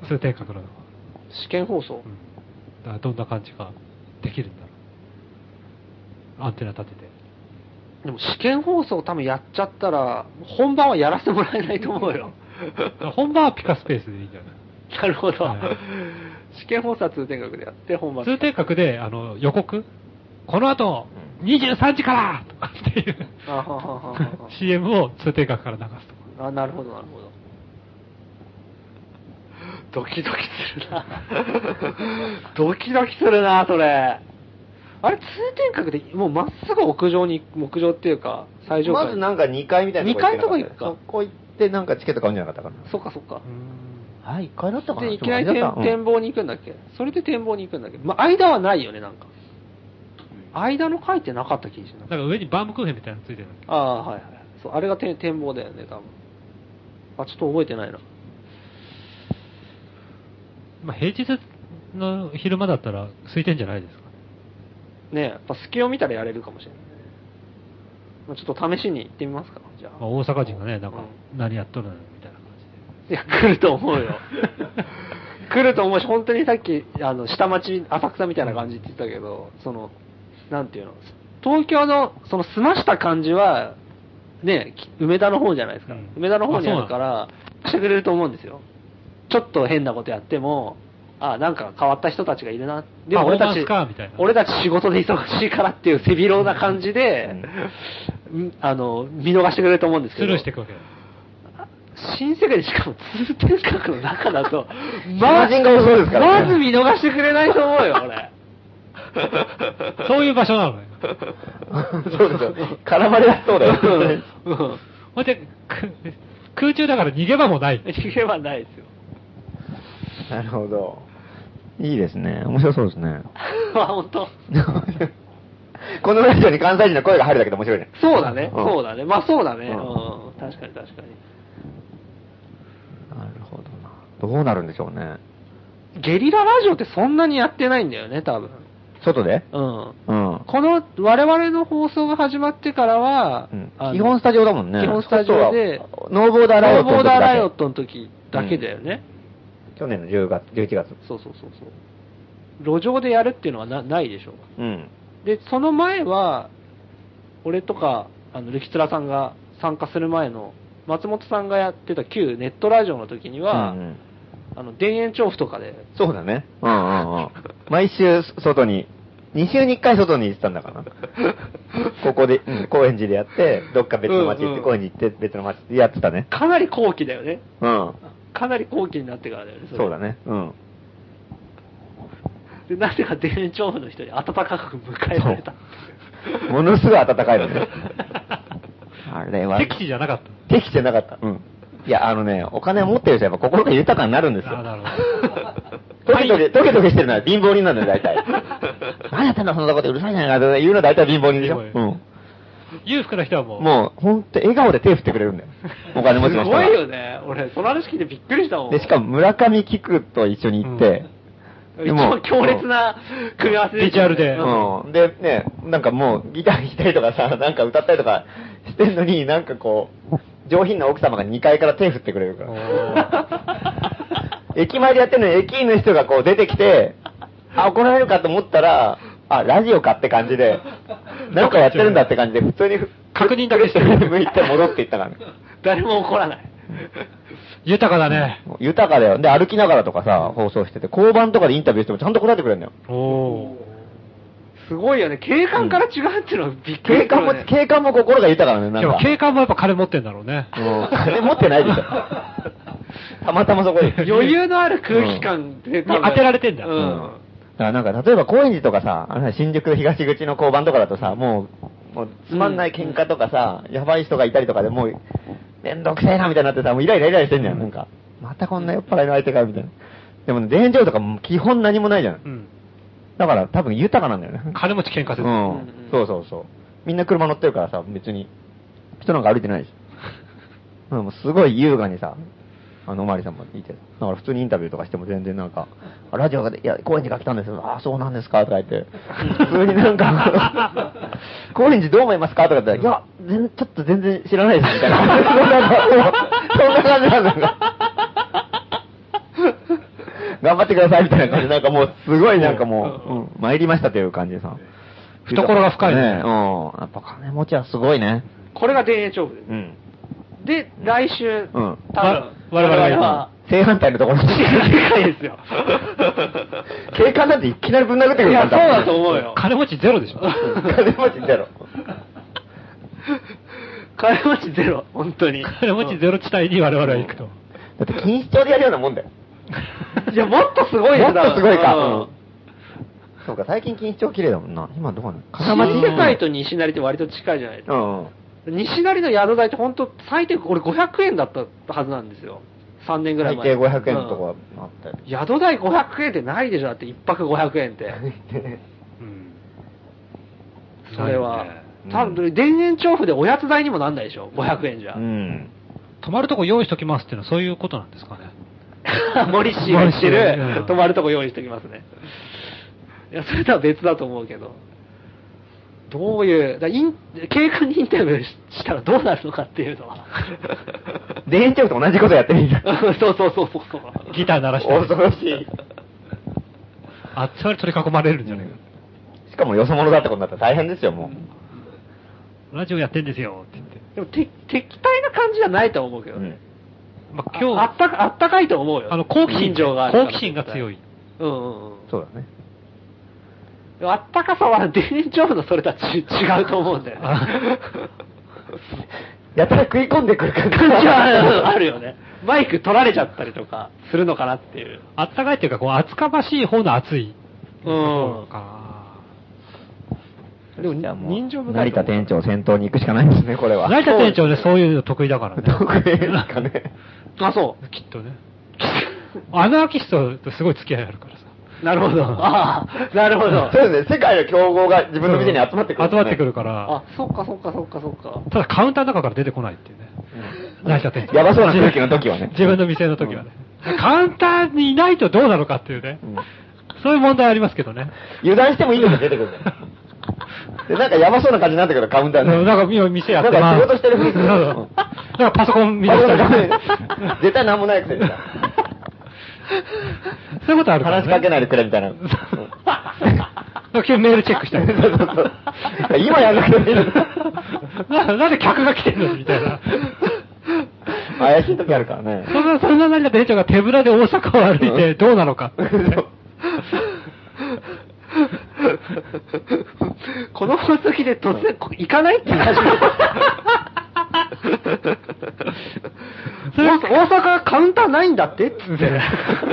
Speaker 3: 通天閣の。
Speaker 2: 試験放送？
Speaker 3: だからどんな感じかできるんだろう。アンテナ立てて。
Speaker 2: でも試験放送多分やっちゃったら、本番はやらせてもらえないと思うよ。
Speaker 3: 本番はピカスペースでいいんじゃない？
Speaker 2: なるほど。試験放送は通天閣でやって、本番。
Speaker 3: 通天閣で、予告この後、23時からとかっていう、CM を通天閣から流すとか。
Speaker 2: なるほど。ドキドキするな。ドキドキするな、それ。あれ、通天閣で、もうまっすぐ屋上っていうか、最上階。
Speaker 4: まずなんか2階みたいな
Speaker 2: とこ行って。2階とか行くか。
Speaker 4: そこ行ってなんかチケット買うんじゃなかったかな。
Speaker 2: そっか。
Speaker 4: はい、1階だったかな。
Speaker 2: で、いきなり展望に行くんだっけ？それで展望に行くんだっけ？まあ、間はないよね、なんか。間の階ってなかった気がしない。
Speaker 3: なんか上にバームクーヘンみたいなのついてる。
Speaker 2: ああ、はい。そう、あれが展望だよね、多分。あ、ちょっと覚えてないな。
Speaker 3: まあ、平日の昼間だったら空いてんじゃないですか
Speaker 2: ね。やっぱ隙を見たらやれるかもしれない。まあ、ちょっと試しに行ってみますか、じゃあ。
Speaker 3: 大阪人がね、なんか、何やっとるのみたいな感
Speaker 2: じで。いや、来ると思うよ。来ると思うし、本当にさっき、下町、浅草みたいな感じって言ったけど、なんていうの、東京の、澄ました感じは、ね、梅田の方じゃないですか。梅田の方にあるから、してくれると思うんですよ。ちょっと変なことやっても、なんか変わった人たちがいるな。でも俺たち仕事で忙しいからっていう背広な感じで、見逃してくれると思うんですけど。
Speaker 3: スルーしていくわけだ。
Speaker 2: 新世界でしかも通天閣の中だと、
Speaker 4: まず見逃してくれないと思うよ、俺。
Speaker 3: そういう場所なのよ。
Speaker 4: そうですよ。絡まれやすそうだよ。
Speaker 3: ほんで、空中だから逃げ場もない。
Speaker 2: 逃げ場ないですよ。
Speaker 4: なるほど。いいですね。面白そうですね。
Speaker 2: あ、本当。
Speaker 4: このラジオに関西人の声が入るだけで面白いね。
Speaker 2: そうだね。そうだね。まあそうだね。確かに確かに。
Speaker 4: なるほどな。どうなるんでしょうね。
Speaker 2: ゲリララジオってそんなにやってないんだよね、多分。
Speaker 4: 外で？
Speaker 2: うん。この、我々の放送が始まってからは、
Speaker 4: 基本スタジオだもんね。
Speaker 2: 基本スタジオで、
Speaker 4: ノーボーダーライオットの時だけ。
Speaker 2: ノーボーダーライオットの時だけだよね。
Speaker 4: 去年の11月。
Speaker 2: そう。路上でやるっていうのはないでしょ。
Speaker 4: うん。
Speaker 2: で、その前は、俺とか、ルキツラさんが参加する前の、松本さんがやってた旧ネットラジオの時には、田園調布とかで。
Speaker 4: そうだね。毎週外に、2週に1回外に行ってたんだからな。ここで、高円寺でやって、どっか別の街行って、高円寺行って別の街でやってたね。
Speaker 2: かなり後期だよね。
Speaker 4: うん。
Speaker 2: かなり後期になってからだよね。
Speaker 4: そうだね。うん。
Speaker 2: で、なぜか田園調布の人に温かく迎えられた。
Speaker 4: ものすごい温かいのね。あれは。
Speaker 3: 敵地じゃなかった。
Speaker 4: 敵地じゃなかった。うん。いや、お金を持ってる人はやっぱ心が豊かになるんですよ。
Speaker 3: なるほ
Speaker 4: ど。トゲトゲしてるのは貧乏人なんだよ、大体。何やってんだ、そんなことうるさいじゃないかと言うのは大体貧乏人でしょ。うん。
Speaker 3: 裕福な人はも
Speaker 4: う、ほんと笑顔で手振ってくれるんだよ。お金持ちの人は。
Speaker 2: すごいよね。俺、その話聞いてびっくりしたもん。
Speaker 4: で、しかも村上菊と一緒に行って、
Speaker 2: 一番強烈な組み合わせ
Speaker 3: ビジュアルで。
Speaker 4: で、ね、なんかもうギター弾いたりとかさ、なんか歌ったりとかしてんのに、なんかこう、上品な奥様が2階から手振ってくれるから。駅前でやってるのに駅員の人がこう出てきて、怒られるかと思ったら、ラジオかって感じで、なんかやってるんだって感じで、普通に
Speaker 3: 確認だけして
Speaker 4: 向いて戻っていったからね。
Speaker 2: 誰も怒らない。
Speaker 3: 豊かだね。
Speaker 4: 豊かだよ。で、歩きながらとかさ、放送してて、交番とかでインタビューしてもちゃんと答えてくれるんだよ。
Speaker 2: すごいよね。警官から違うっていうのはびっくりする、ね。
Speaker 4: 警官も心が豊かだね、なんか。
Speaker 3: 警官もやっぱ金持ってんだろうね。
Speaker 4: 金持ってないでしょ。たまたまそこで。
Speaker 2: 余裕のある空気感で
Speaker 3: 当てられてんだ。
Speaker 4: だからなんか、例えば高円寺とかさ、新宿東口の交番とかだとさ、もうつまんない喧嘩とかさ、やばい人がいたりとかでもう、めんどくせえなみたいになってさ、もうイライラしてんじゃん、なんか。またこんな酔っ払いの相手かみたいな。でもね、田園調布とかも基本何もないじゃん。だから多分豊かなんだよね。
Speaker 3: 金持ち喧嘩する。
Speaker 4: そう。みんな車乗ってるからさ、別に、人なんか歩いてないし。もうすごい優雅にさ、おまわりさんもいて。だから普通にインタビューとかしても全然なんか、ラジオが、いや、高円寺が来たんですよ。そうなんですかとか言って。普通になんか、高円寺どう思いますかとか言ったら、いや、ちょっと全然知らないですみたいな。そんな感じなんだよ。頑張ってくださいみたいな感じで、なんかもう、すごいなんかもう、参りましたという感じでさ。
Speaker 3: 懐が深いね。
Speaker 4: やっぱ金持ちはすごいね。
Speaker 2: これが田園調布です。で、来週、多分、
Speaker 3: 我々は、
Speaker 4: 正反対のところに。
Speaker 2: でかいですよ。
Speaker 4: 警官なんていきなりぶん殴ってくるから。
Speaker 2: いや、そうだと思うよ。
Speaker 3: 金持ちゼロでしょ。
Speaker 4: 金持ちゼロ。
Speaker 2: 金持ちゼロ、本当に。
Speaker 3: 金持ちゼロ地帯に我々は行くと。
Speaker 4: だって錦糸町でやるようなもんだよ。
Speaker 2: いや、もっとすごいよ。
Speaker 4: もっとすごいか。そうか、最近錦糸町綺麗だもんな。今どこなの？
Speaker 2: 金町世界と西成って割と近いじゃないですか。西成の宿代って本当最低これ500円だったはずなんですよ。3年ぐらい前。
Speaker 4: 最低500円のとこあったよ。
Speaker 2: 宿代500円ってないでしょ。だって1泊500円って。それは。多分、田園調布でおやつ代にもなんないでしょ。500円じゃ。
Speaker 3: 泊まるとこ用意しときますっていうのはそういうことなんですかね。
Speaker 2: 森氏が言ってる、泊まるとこ用意しときますね。いや、それとは別だと思うけど。どういう、警官にインタビューしたらどうなるのかっていうのは。
Speaker 4: 田園調布と同じことやってみる。
Speaker 2: そう。
Speaker 3: ギター鳴らして。
Speaker 4: 恐ろしい。
Speaker 3: あっちまで取り囲まれるんじゃないか。
Speaker 4: しかもよそ者だってことになったら大変ですよ、も
Speaker 3: う。ラジオやってんですよ、って言って。
Speaker 2: でも、敵対な感じじゃないと思うけどね。
Speaker 3: まあ、今日。
Speaker 2: あったかいと思うよ。
Speaker 3: 好奇心が強い。
Speaker 4: そうだね。
Speaker 2: あったかさは田園調布のそれとは違うと思うんだよね。
Speaker 4: やたら食い込んでくる感じ
Speaker 2: はあるよね。マイク取られちゃったりとかするのかなっていう。
Speaker 3: あったかいっていうか、こう厚かましい方の熱い。
Speaker 2: でも人情深い。
Speaker 4: 成田店長先頭に行くしかないんですね、これは。
Speaker 3: 成田店長ね、そういうの得意だからね。
Speaker 4: 得意ですかね。
Speaker 2: あ、そう。
Speaker 3: きっとね。アナーキストとすごい付き合いあるからさ。
Speaker 2: なるほど。ああ、なるほど。
Speaker 4: そうですね、世界の競合が自分の店に集まってくる、
Speaker 3: ね。集まってくるから。
Speaker 2: あ、そっか。
Speaker 3: ただカウンターの中から出てこないっていうね。成田店長。
Speaker 4: やばそうな空気の時はね。
Speaker 3: 自分の店の時はね。カウンターにいないとどうなのかっていうね。そういう問題ありますけどね。
Speaker 4: 油断してもいいのに出てくるんだよ。で、なんかやばそうな感じになってくる、カウンターで。
Speaker 3: なんか店やって。
Speaker 4: なんか仕事してるふりする。
Speaker 3: なんかパソコン見てたり。
Speaker 4: 絶対なんもないくせにさ。
Speaker 3: そういうことあるからね。
Speaker 4: 話しかけないでくれみたいな。
Speaker 3: 今日メールチェックした
Speaker 4: い。今やんなくてもいいの
Speaker 3: なんで客が来てんのみたいな。
Speaker 4: 怪しい時あるからね。
Speaker 3: そんな成田店長が手ぶらで大阪を歩いてどうなのか。
Speaker 2: この放送機で突然行かないって言い始めた。大阪カウンターないんだってっつって。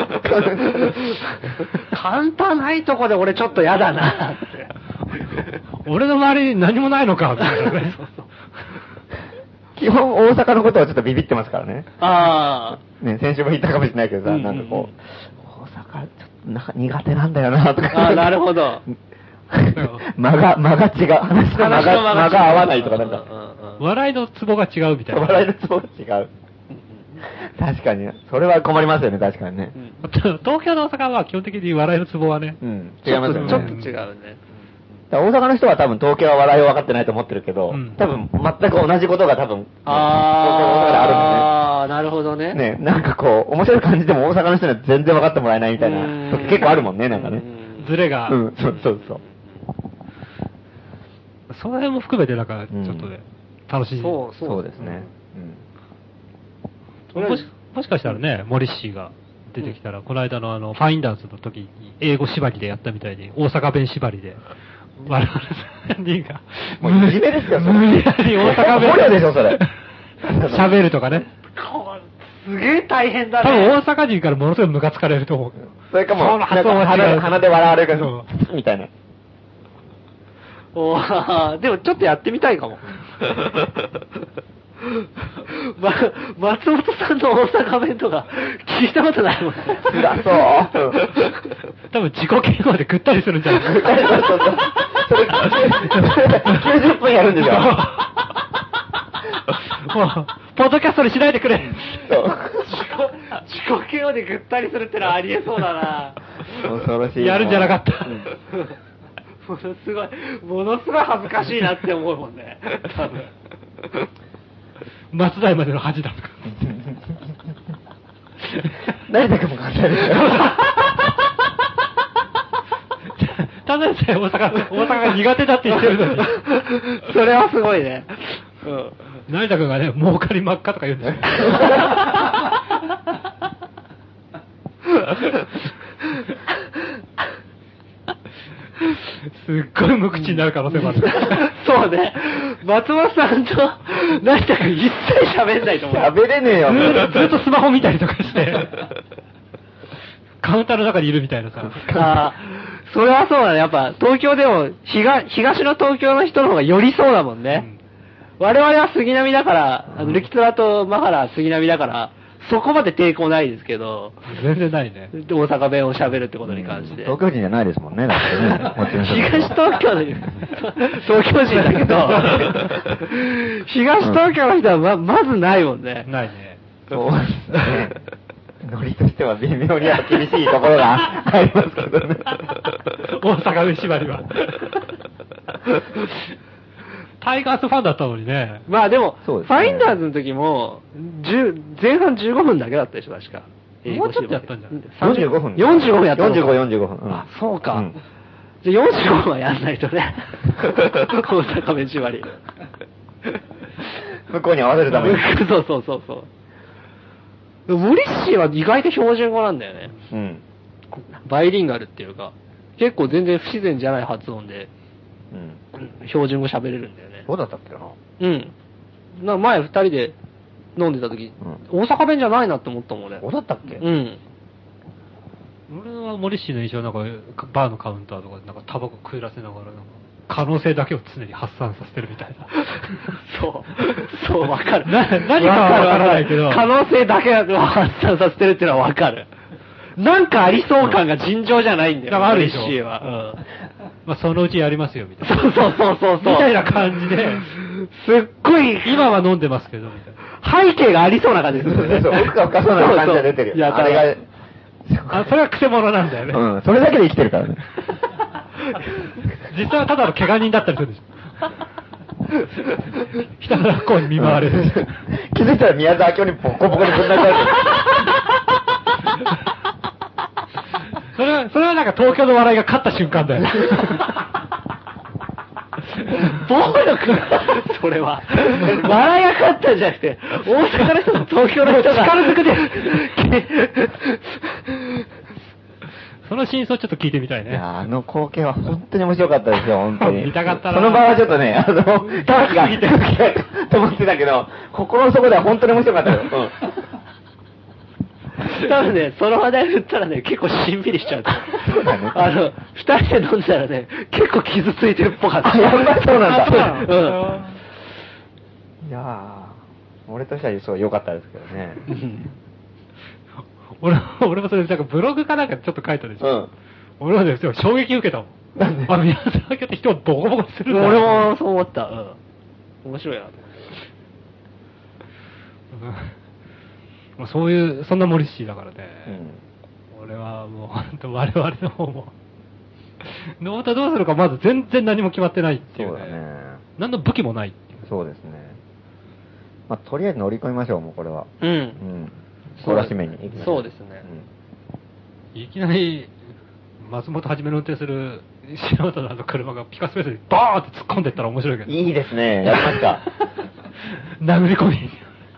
Speaker 2: カウンターないとこで俺ちょっと嫌だなって。
Speaker 3: 俺の周りに何もないのかみたいなね。
Speaker 4: 基本大阪のことはちょっとビビってますからね。
Speaker 2: あ
Speaker 4: あ。ね、先週も言ったかもしれないけどさ、なんかこう、大阪ちょっと苦手なんだよなとか。
Speaker 2: ああ、なるほど。
Speaker 4: 間が違う。話の間が合わないとかなんか。
Speaker 3: 笑いのツボが違うみたいな。
Speaker 4: 笑いのツボが違う。確かに。それは困りますよね、確かにね。
Speaker 3: 東京の大阪は基本的に笑いのツボはね。
Speaker 4: 違いますよね。
Speaker 2: ちょっと違うね。
Speaker 4: 大阪の人は多分東京は笑いを分かってないと思ってるけど、多分全く同じことが多分、東京の大阪であ
Speaker 2: るんだね。なるほどね。
Speaker 4: ね、なんかこう、面白い感じでも大阪の人には全然分かってもらえないみたいな時結構あるもんね、なんかね。
Speaker 3: ズレが。
Speaker 4: そう。
Speaker 3: その辺も含めてなんか、ちょっとね、楽しい。
Speaker 4: そうですね。
Speaker 3: もしかしたらね、モリッシーが出てきたら、この間のファインダーズの時に英語縛りでやったみたいに、大阪弁縛りで、我々3人が、
Speaker 4: もういじめですよ、
Speaker 3: 無理やり大阪弁。
Speaker 4: 無理でしょ、それ。
Speaker 3: 喋るとかね。
Speaker 2: すげえ大変だね。
Speaker 3: 多分大阪人からものすごいムカつかれると思うけど。
Speaker 4: それかもう、鼻で笑われるかみたいな。
Speaker 2: でもちょっとやってみたいかも。松本さんの大阪弁とか聞いたことないもんね。
Speaker 4: 辛そう。
Speaker 3: 多分自己嫌悪でぐったりするんじゃないですか。
Speaker 4: それ90分やるんでしょ。
Speaker 3: もう、ポッドキャストにしないでくれ。
Speaker 2: 自己嫌悪でぐったりするってのはありえそうだな。
Speaker 3: 恐ろしい。やるんじゃなかった。
Speaker 2: ものすごい恥ずかしいなって思うもんね。多分。
Speaker 3: 松代までの恥だとか。
Speaker 4: 誰だかも考える。
Speaker 3: ただでさえ大阪が苦手だって言ってるのに。
Speaker 2: それはすごいね。
Speaker 3: 成田君がね、儲かり真っ赤とか言うんですよ。すっごい無口になる可能性もある。
Speaker 2: そうね。松本さんと成田君一切喋んないと思う。
Speaker 4: 喋れねえよ。
Speaker 3: ずっとスマホ見たりとかして、カウンターの中にいるみたいなさ。
Speaker 2: それはそうだね。やっぱ東京でも東の東京の人の方が寄りそうだもんね。我々は杉並だから、ルキツラとマハラ杉並だから、そこまで抵抗ないですけど。
Speaker 3: 全然ないね。
Speaker 2: 大阪弁を喋るってことに関して。
Speaker 4: 東京人じゃないですもんね、だってね。
Speaker 2: 東東京の、東京人だけど、東東京の人はまずないもんね。
Speaker 3: ないね。
Speaker 4: そうですね。ノリとしては微妙に厳しいところがありますけどね。
Speaker 3: 大阪弁縛りは。タイガースファンだったのにね。
Speaker 2: まあでも、ファインダーズの時も、前半15分だけだったでしょ、確か。
Speaker 3: もうちょっとやったんじゃない
Speaker 4: ？45分。
Speaker 2: 45分やったのか。
Speaker 4: 45分。
Speaker 2: あ、そうか。じゃあ45分はやんないとね。大阪弁縛り。
Speaker 4: 向こうに合わせるために。
Speaker 2: そう。モリッシーは意外と標準語なんだよね。バイリンガルっていうか、結構全然不自然じゃない発音で、標準語喋れるんだよね。
Speaker 4: そうだったっけ
Speaker 2: な。前二人で飲んでた時、大阪弁じゃないなって思ったもんね。
Speaker 4: そうだったっけ？
Speaker 3: 俺はモリッシーの印象なんか、バーのカウンターとかでなんかタバコ食いらせながらなんか、 可能性だけを常に発散させてるみたいな。
Speaker 2: そう、わかる。
Speaker 3: 何かはわからないけど。
Speaker 2: 可能性だけを発散させてるっていうのはわかる。なんかありそう感が尋常じゃないんだよ。
Speaker 3: あるでしょ。まあそのうちやりますよ、みたいな。
Speaker 2: そう。
Speaker 3: みたいな感じで、
Speaker 2: すっごい、
Speaker 3: 今は飲んでますけど、みたい
Speaker 2: な。背景がありそうな感じですよね。
Speaker 4: そう、奥が深そうな感じが出てるよ。あれが、
Speaker 3: それは癖者なんだよね。
Speaker 4: うん、それだけで生きてるからね。
Speaker 3: 実際はただの怪我人だったりするんですよ。人の不幸に見舞われる。
Speaker 4: 気づいたら宮沢京にボコボコにぶん殴られてる。
Speaker 3: それはなんか東京の笑いが勝った瞬間だよ。
Speaker 2: 暴力それは。笑いが勝ったんじゃなくて、大阪の人と東京の人が。力ずくで。
Speaker 3: その真相ちょっと聞いてみたいね。
Speaker 4: いや、あの光景は本当に面白かったですよ、本当に。
Speaker 3: 見たかったな。
Speaker 4: その場はちょっとね、空気がと思ってたけど、心の底では本当に面白かったよ。
Speaker 2: 多分ね、その話題振ったらね、結構しんびりしちゃう。
Speaker 4: そうだね。
Speaker 2: 二人で飲んだらね、結構傷ついてるっぽかった。
Speaker 4: やっぱりそうなんだ。
Speaker 2: うん。
Speaker 4: いやー、俺としてはそう良かったですけどね。
Speaker 3: 俺もそれ、なんかブログかなんかちょっと書いたでしょ。
Speaker 4: うん。
Speaker 3: 俺はですよ、衝撃受けたもん。
Speaker 4: なんで
Speaker 3: 宮沢家って人をボコボコにするんだ。
Speaker 2: 俺もそう思った。うん。面白いなと
Speaker 3: 思って。そういう、そんなモリッシーだからね。
Speaker 4: うん。
Speaker 3: 俺はもう、本当我々の方も。ノータどうするかまず全然何も決まってないっていうね。
Speaker 4: そうだね。
Speaker 3: 何の武器もないっていう。
Speaker 4: そうですね。まあ、とりあえず乗り込みましょう、もうこれは。
Speaker 2: うん。
Speaker 4: うん。懲らしめに行きましょう。
Speaker 2: そうですね。
Speaker 3: いきなり、松本はじめの運転する素人の車がピカスペースにバーって突っ込んでったら面白いけど。
Speaker 4: いいですね。やりますか。
Speaker 3: 殴り込み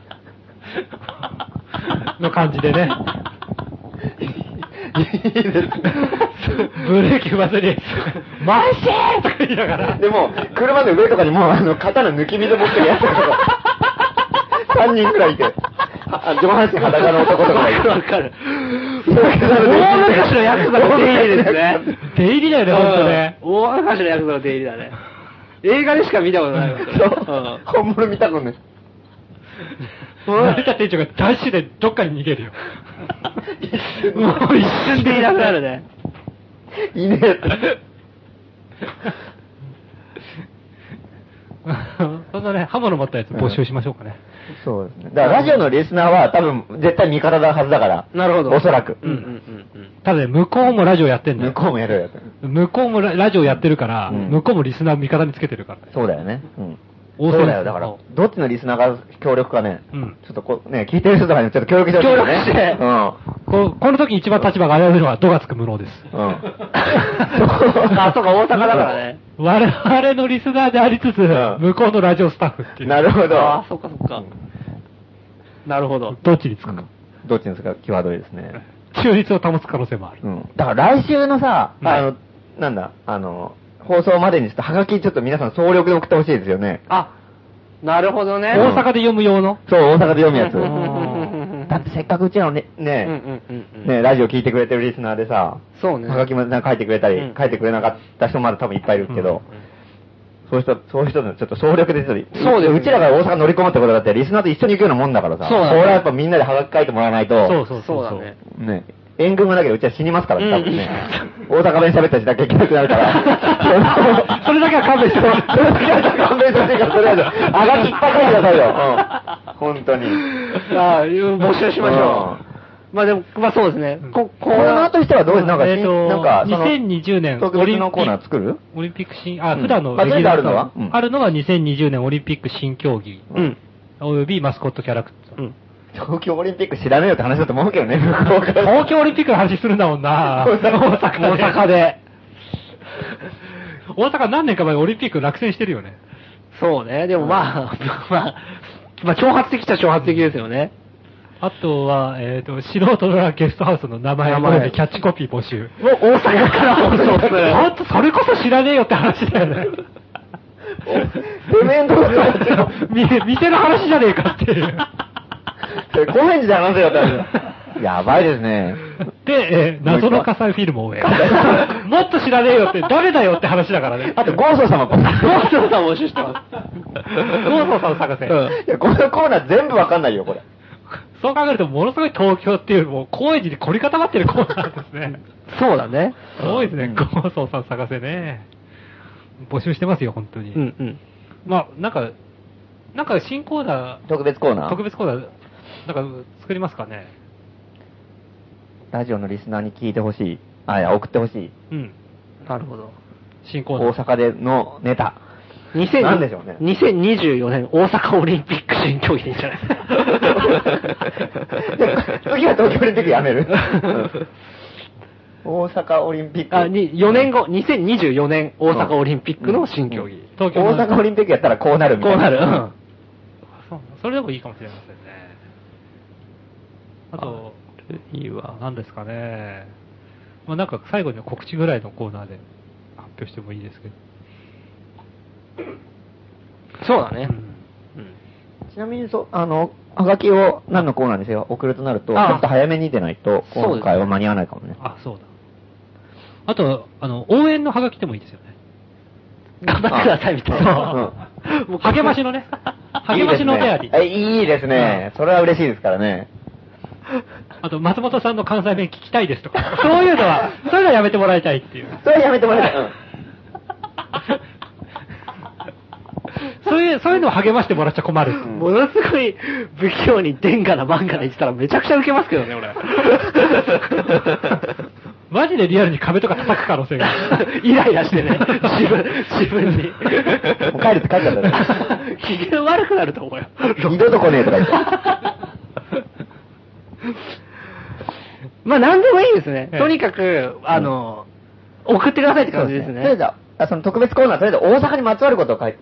Speaker 3: の感じでね。
Speaker 4: いいですね。
Speaker 3: ブレーキ踏まずに、マイシーとか言いながら。
Speaker 4: でも、車の上とかにも肩の抜き水持ってるやつとか、3人くらいいて。上半身裸の男とかいる。
Speaker 2: わかる。
Speaker 4: 大
Speaker 2: 昔のヤクザの出入りですね。
Speaker 3: 出入りだよね、ほんとね。
Speaker 2: 大昔のヤクザの出入りだね。映画でしか見たことないわ。
Speaker 4: そう。本物見たことない。
Speaker 3: 成田店長がダッシュでどっかに逃げるよ。
Speaker 2: もう一瞬でいなくなるね。
Speaker 4: いねえ。
Speaker 3: そんなね、刃物持ったやつ募集しましょうかね。
Speaker 4: そうですね。だからラジオのリスナーは多分絶対味方だはずだから。
Speaker 2: なるほど。
Speaker 4: おそらく。
Speaker 3: ただね、向こうもラジオやってんだよ。
Speaker 4: 向こうもやる。
Speaker 3: 向こうもラジオやってるから、向こうもリスナー味方につけてるからね。
Speaker 4: そうだよね。うん。
Speaker 3: そう
Speaker 4: だよ。だから、どっちのリスナーが協力かね。
Speaker 3: うん。
Speaker 4: ちょっとね、聞いてる人とかにちょっと協力してほしいよね。
Speaker 2: 協力して。
Speaker 4: うん。
Speaker 3: この時一番立場が危ういのは、度がつく無能です。
Speaker 4: うん。
Speaker 2: あ、そうか、大阪だからね。
Speaker 3: 我々のリスナーでありつつ、向こうのラジオスタッフっていう。
Speaker 4: なるほど。
Speaker 2: あ、そっかそっか。なるほど。
Speaker 3: どっちにつくか。
Speaker 4: どっちにつくか、際どいですね。
Speaker 3: 中立を保つ可能性もある。
Speaker 4: うん。だから来週のさ、なんだ、放送までにちょっとハガキちょっと皆さん総力で送ってほしいですよね。
Speaker 2: あ、なるほどね。
Speaker 3: 大阪で読む用の
Speaker 4: そう、大阪で読むやつ。だってせっかくうちらのね、ラジオ聞いてくれてるリスナーでさ、
Speaker 2: そうね。
Speaker 4: ハガキも書いてくれたり、書いてくれなかった人もまだ多分いっぱいいるけど、そういう人のちょっと総力でそうです。うちらが大阪乗り込むってことだって、リスナーと一緒に行くようなもんだからさ、
Speaker 2: そうだね。
Speaker 4: それはやっぱみんなでハガキ書いてもらわないと、
Speaker 2: そうだね。
Speaker 4: ね。援軍がなきゃうちは死にますからね、多分ね。大阪弁喋ったしだけいけなくなるから。
Speaker 3: それだけは勘弁してもらって。
Speaker 4: それだけは勘弁してほしいから、とりあえず、あがきいっぱい書いてくださいよ。本当に。
Speaker 2: 募集しましょう。まあでも、まあそうですね。
Speaker 4: コーナーとしてはどうですなんか、
Speaker 3: 2020年
Speaker 4: オリンピックのコーナー作る
Speaker 3: オリンピック新、普段の
Speaker 4: レギュラーあるのは
Speaker 3: あるのは2020年オリンピック新競技。およびマスコットキャラクター。
Speaker 4: 東京オリンピック知らねえよって話だと思うけどね、
Speaker 3: 東京オリンピックの話するんだもんな
Speaker 2: 大阪で。
Speaker 3: 大阪何年か前オリンピック落選してるよね。
Speaker 2: そうね。でもまあ、挑発的っちゃ挑発的ですよね。
Speaker 3: あとは、素人のゲストハウスの名前でキャッチコピー募集。
Speaker 2: 大阪から放送する。
Speaker 3: ほんと、それこそ知らねえよって話だよね。
Speaker 4: 店
Speaker 3: の話じゃねえかっていう。
Speaker 4: 高円寺で話せよって話。 やばいですね。
Speaker 3: で、謎の火災フィルムをもっと知らねえよって、誰だよって話だからね。
Speaker 4: あと、ゴーソーさんも、ゴー
Speaker 2: ソーさん募集してます。
Speaker 3: ゴーソーさんを探せ。
Speaker 4: いや、このコーナー全部わかんないよ、これ。
Speaker 3: そう考えると、ものすごい東京っていう、もう、高円寺に凝り固まってるコーナーですね。
Speaker 2: そうだね。
Speaker 3: すごいですね、ゴーソーさん探せね。募集してますよ、本当に。
Speaker 2: うんうん。
Speaker 3: まあ、なんか新コーナー。
Speaker 4: 特別コーナー
Speaker 3: なんか作りますかね。
Speaker 4: ラジオのリスナーに聞いてほしい。送ってほしい。
Speaker 2: うん。なるほど。
Speaker 3: 新コーナー。
Speaker 4: 大阪でのネタ。
Speaker 2: なんでしょうね。2024年大阪オリンピック新競技でいいんじゃないですか。
Speaker 4: 次は東京オリンピックやめる。大阪オリンピック。
Speaker 2: 4年後、2024年大阪オリンピックの新競技。
Speaker 4: 大阪オリンピックやったらこうなるみたいな。
Speaker 2: こうなる。
Speaker 3: それでもいいかもしれませんね。あと、いいわ。何ですかね。まあなんか最後に告知ぐらいのコーナーで発表してもいいですけど。
Speaker 2: そうだね。
Speaker 4: ちなみにはがきを何のコーナーにせよ送るとなると、ちょっと早めに出ないと、今回は間に合わないかもね。
Speaker 3: そうだ。あと、応援のはがきでもいいですよね。
Speaker 2: 頑張ってくださいみたいな。
Speaker 3: 励ましのね。励ましのお便
Speaker 4: り。いいですね。それは嬉しいですからね。
Speaker 3: あと、松本さんの関西弁聞きたいですとか。そういうのはやめてもらいたいっていう。
Speaker 4: それはやめてもらいたい。
Speaker 3: そういうのを励ましてもらっちゃ困る。
Speaker 2: ものすごい不器用に殿下な漫画で言ってたらめちゃくちゃウケますけどね、俺。
Speaker 3: マジでリアルに壁とか叩く可能性が
Speaker 2: イライラしてね、自分に。
Speaker 4: もう帰っちゃったね。
Speaker 2: 機嫌悪くなると思うよ。
Speaker 4: 二度と来ねえとか言って。
Speaker 2: まあ何でもいいですね。とにかく、送ってくださいって感じですね。
Speaker 4: とりあえず、その特別コーナー、とりあえず大阪にまつわることを書いて。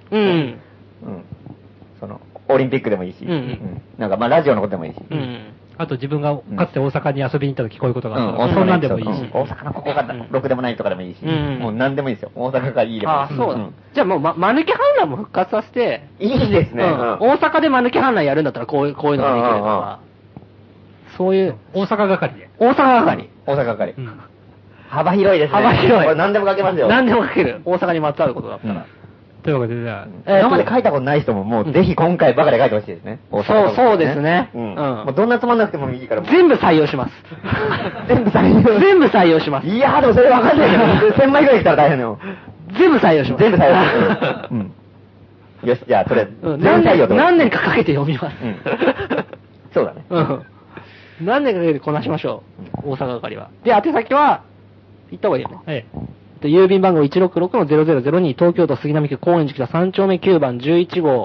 Speaker 4: オリンピックでもいいし。なんかまあラジオのことでもいいし。
Speaker 3: あと自分がかつて大阪に遊びに行った時こういうことがあったら、そんなんでもいいし。
Speaker 4: 大阪のここがろくでもないとかでもいいし。もう何でもいいですよ。大阪がいいでもいいし。
Speaker 2: そうだ。じゃあもう、間抜け反乱も復活させて。
Speaker 4: いいですね。
Speaker 2: 大阪で間抜け反乱やるんだったらこういうのができるとか。そういう。
Speaker 3: 大阪係で。
Speaker 2: 大阪係。
Speaker 4: 大阪係。幅広いですね。
Speaker 2: 幅広い。
Speaker 4: これ何でも書けますよ。
Speaker 2: 何でも書ける。大阪にまつわることだったら。
Speaker 3: というわけで、じゃ
Speaker 4: あ、今まで書いたことない人ももうぜひ今回ばかり書いてほしいですね。
Speaker 2: そうですね。
Speaker 4: もうどんなつまんなくてもいいから。
Speaker 2: 全部採用します。
Speaker 4: 全部採用します。いやーでもそれわかんないけど、1000枚ぐらい来たら大変だよ。
Speaker 2: 全部採用します。
Speaker 4: 全部採用します。よし、じゃあとりあえず。
Speaker 2: 何年かかけて読みます。
Speaker 4: そうだね。
Speaker 2: 何年かかけてこなしましょう。大阪係は。で、宛先は、言った方がいいよね。はい。郵便番号 166-0002 東京都杉並区高円寺北3丁目9番11号、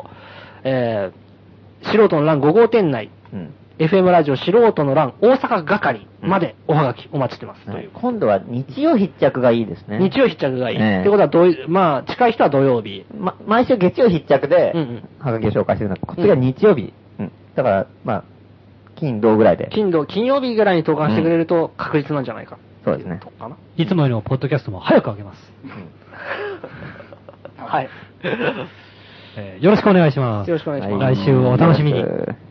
Speaker 2: 素人の欄5号店内、FM ラジオ素人の欄大阪係までおはがきお待ちしてます。
Speaker 4: 今度は日曜必着がいいですね。
Speaker 2: 日曜必着がいい。ってことはまあ、近い人は土曜日。
Speaker 4: 毎週月曜必着で、はがきを紹介してるの。こっちが日曜日。だから、まあ、金土ぐらいで。
Speaker 2: 金曜日ぐらいに投函してくれると確実なんじゃないか。
Speaker 4: そうですね。
Speaker 3: いつもよりもポッドキャストも早く上げます。
Speaker 2: はい。
Speaker 3: よろしくお願いします。
Speaker 2: よろしくお願いします。
Speaker 3: 来週お楽しみに。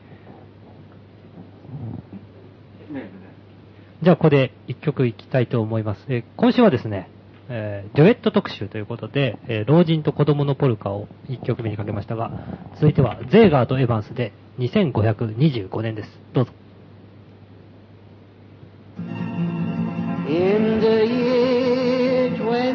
Speaker 3: じゃあここで一曲いきたいと思います。今週はですね、デュエット特集ということで、老人と子供のポルカを一曲目にかけましたが、続いてはゼーガーとエヴァンスで2525年です。どうぞ。
Speaker 5: In the year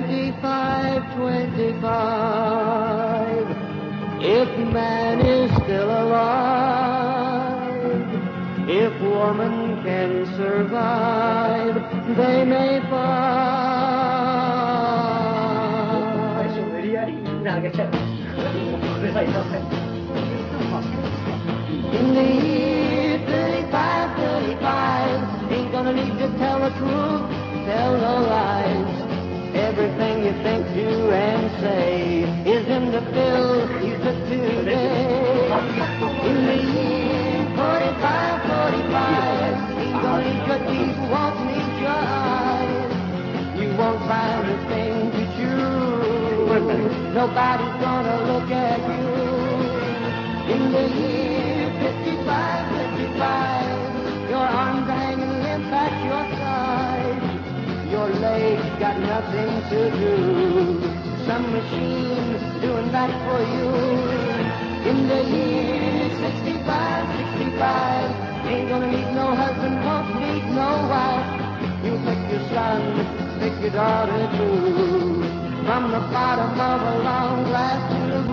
Speaker 5: 2525, if man is still alive, if woman can survive, they may find. In the year 35, ain't gonna need to tell the truth, tell no lies. Everything you think, do, and say is in the bill you took today. In the year 45, ain't gonna need your teeth, won't need your eyes. You won't find a thing to choose. Nobody's gonna look at you. In the year 55, your arms hanging play, got nothing to do. Some machine doing that for you. In the year 65, 65, ain't gonna meet no husband, won't meet no wife. You pick your son, pick your daughter too. From the bottom of a long glass tube.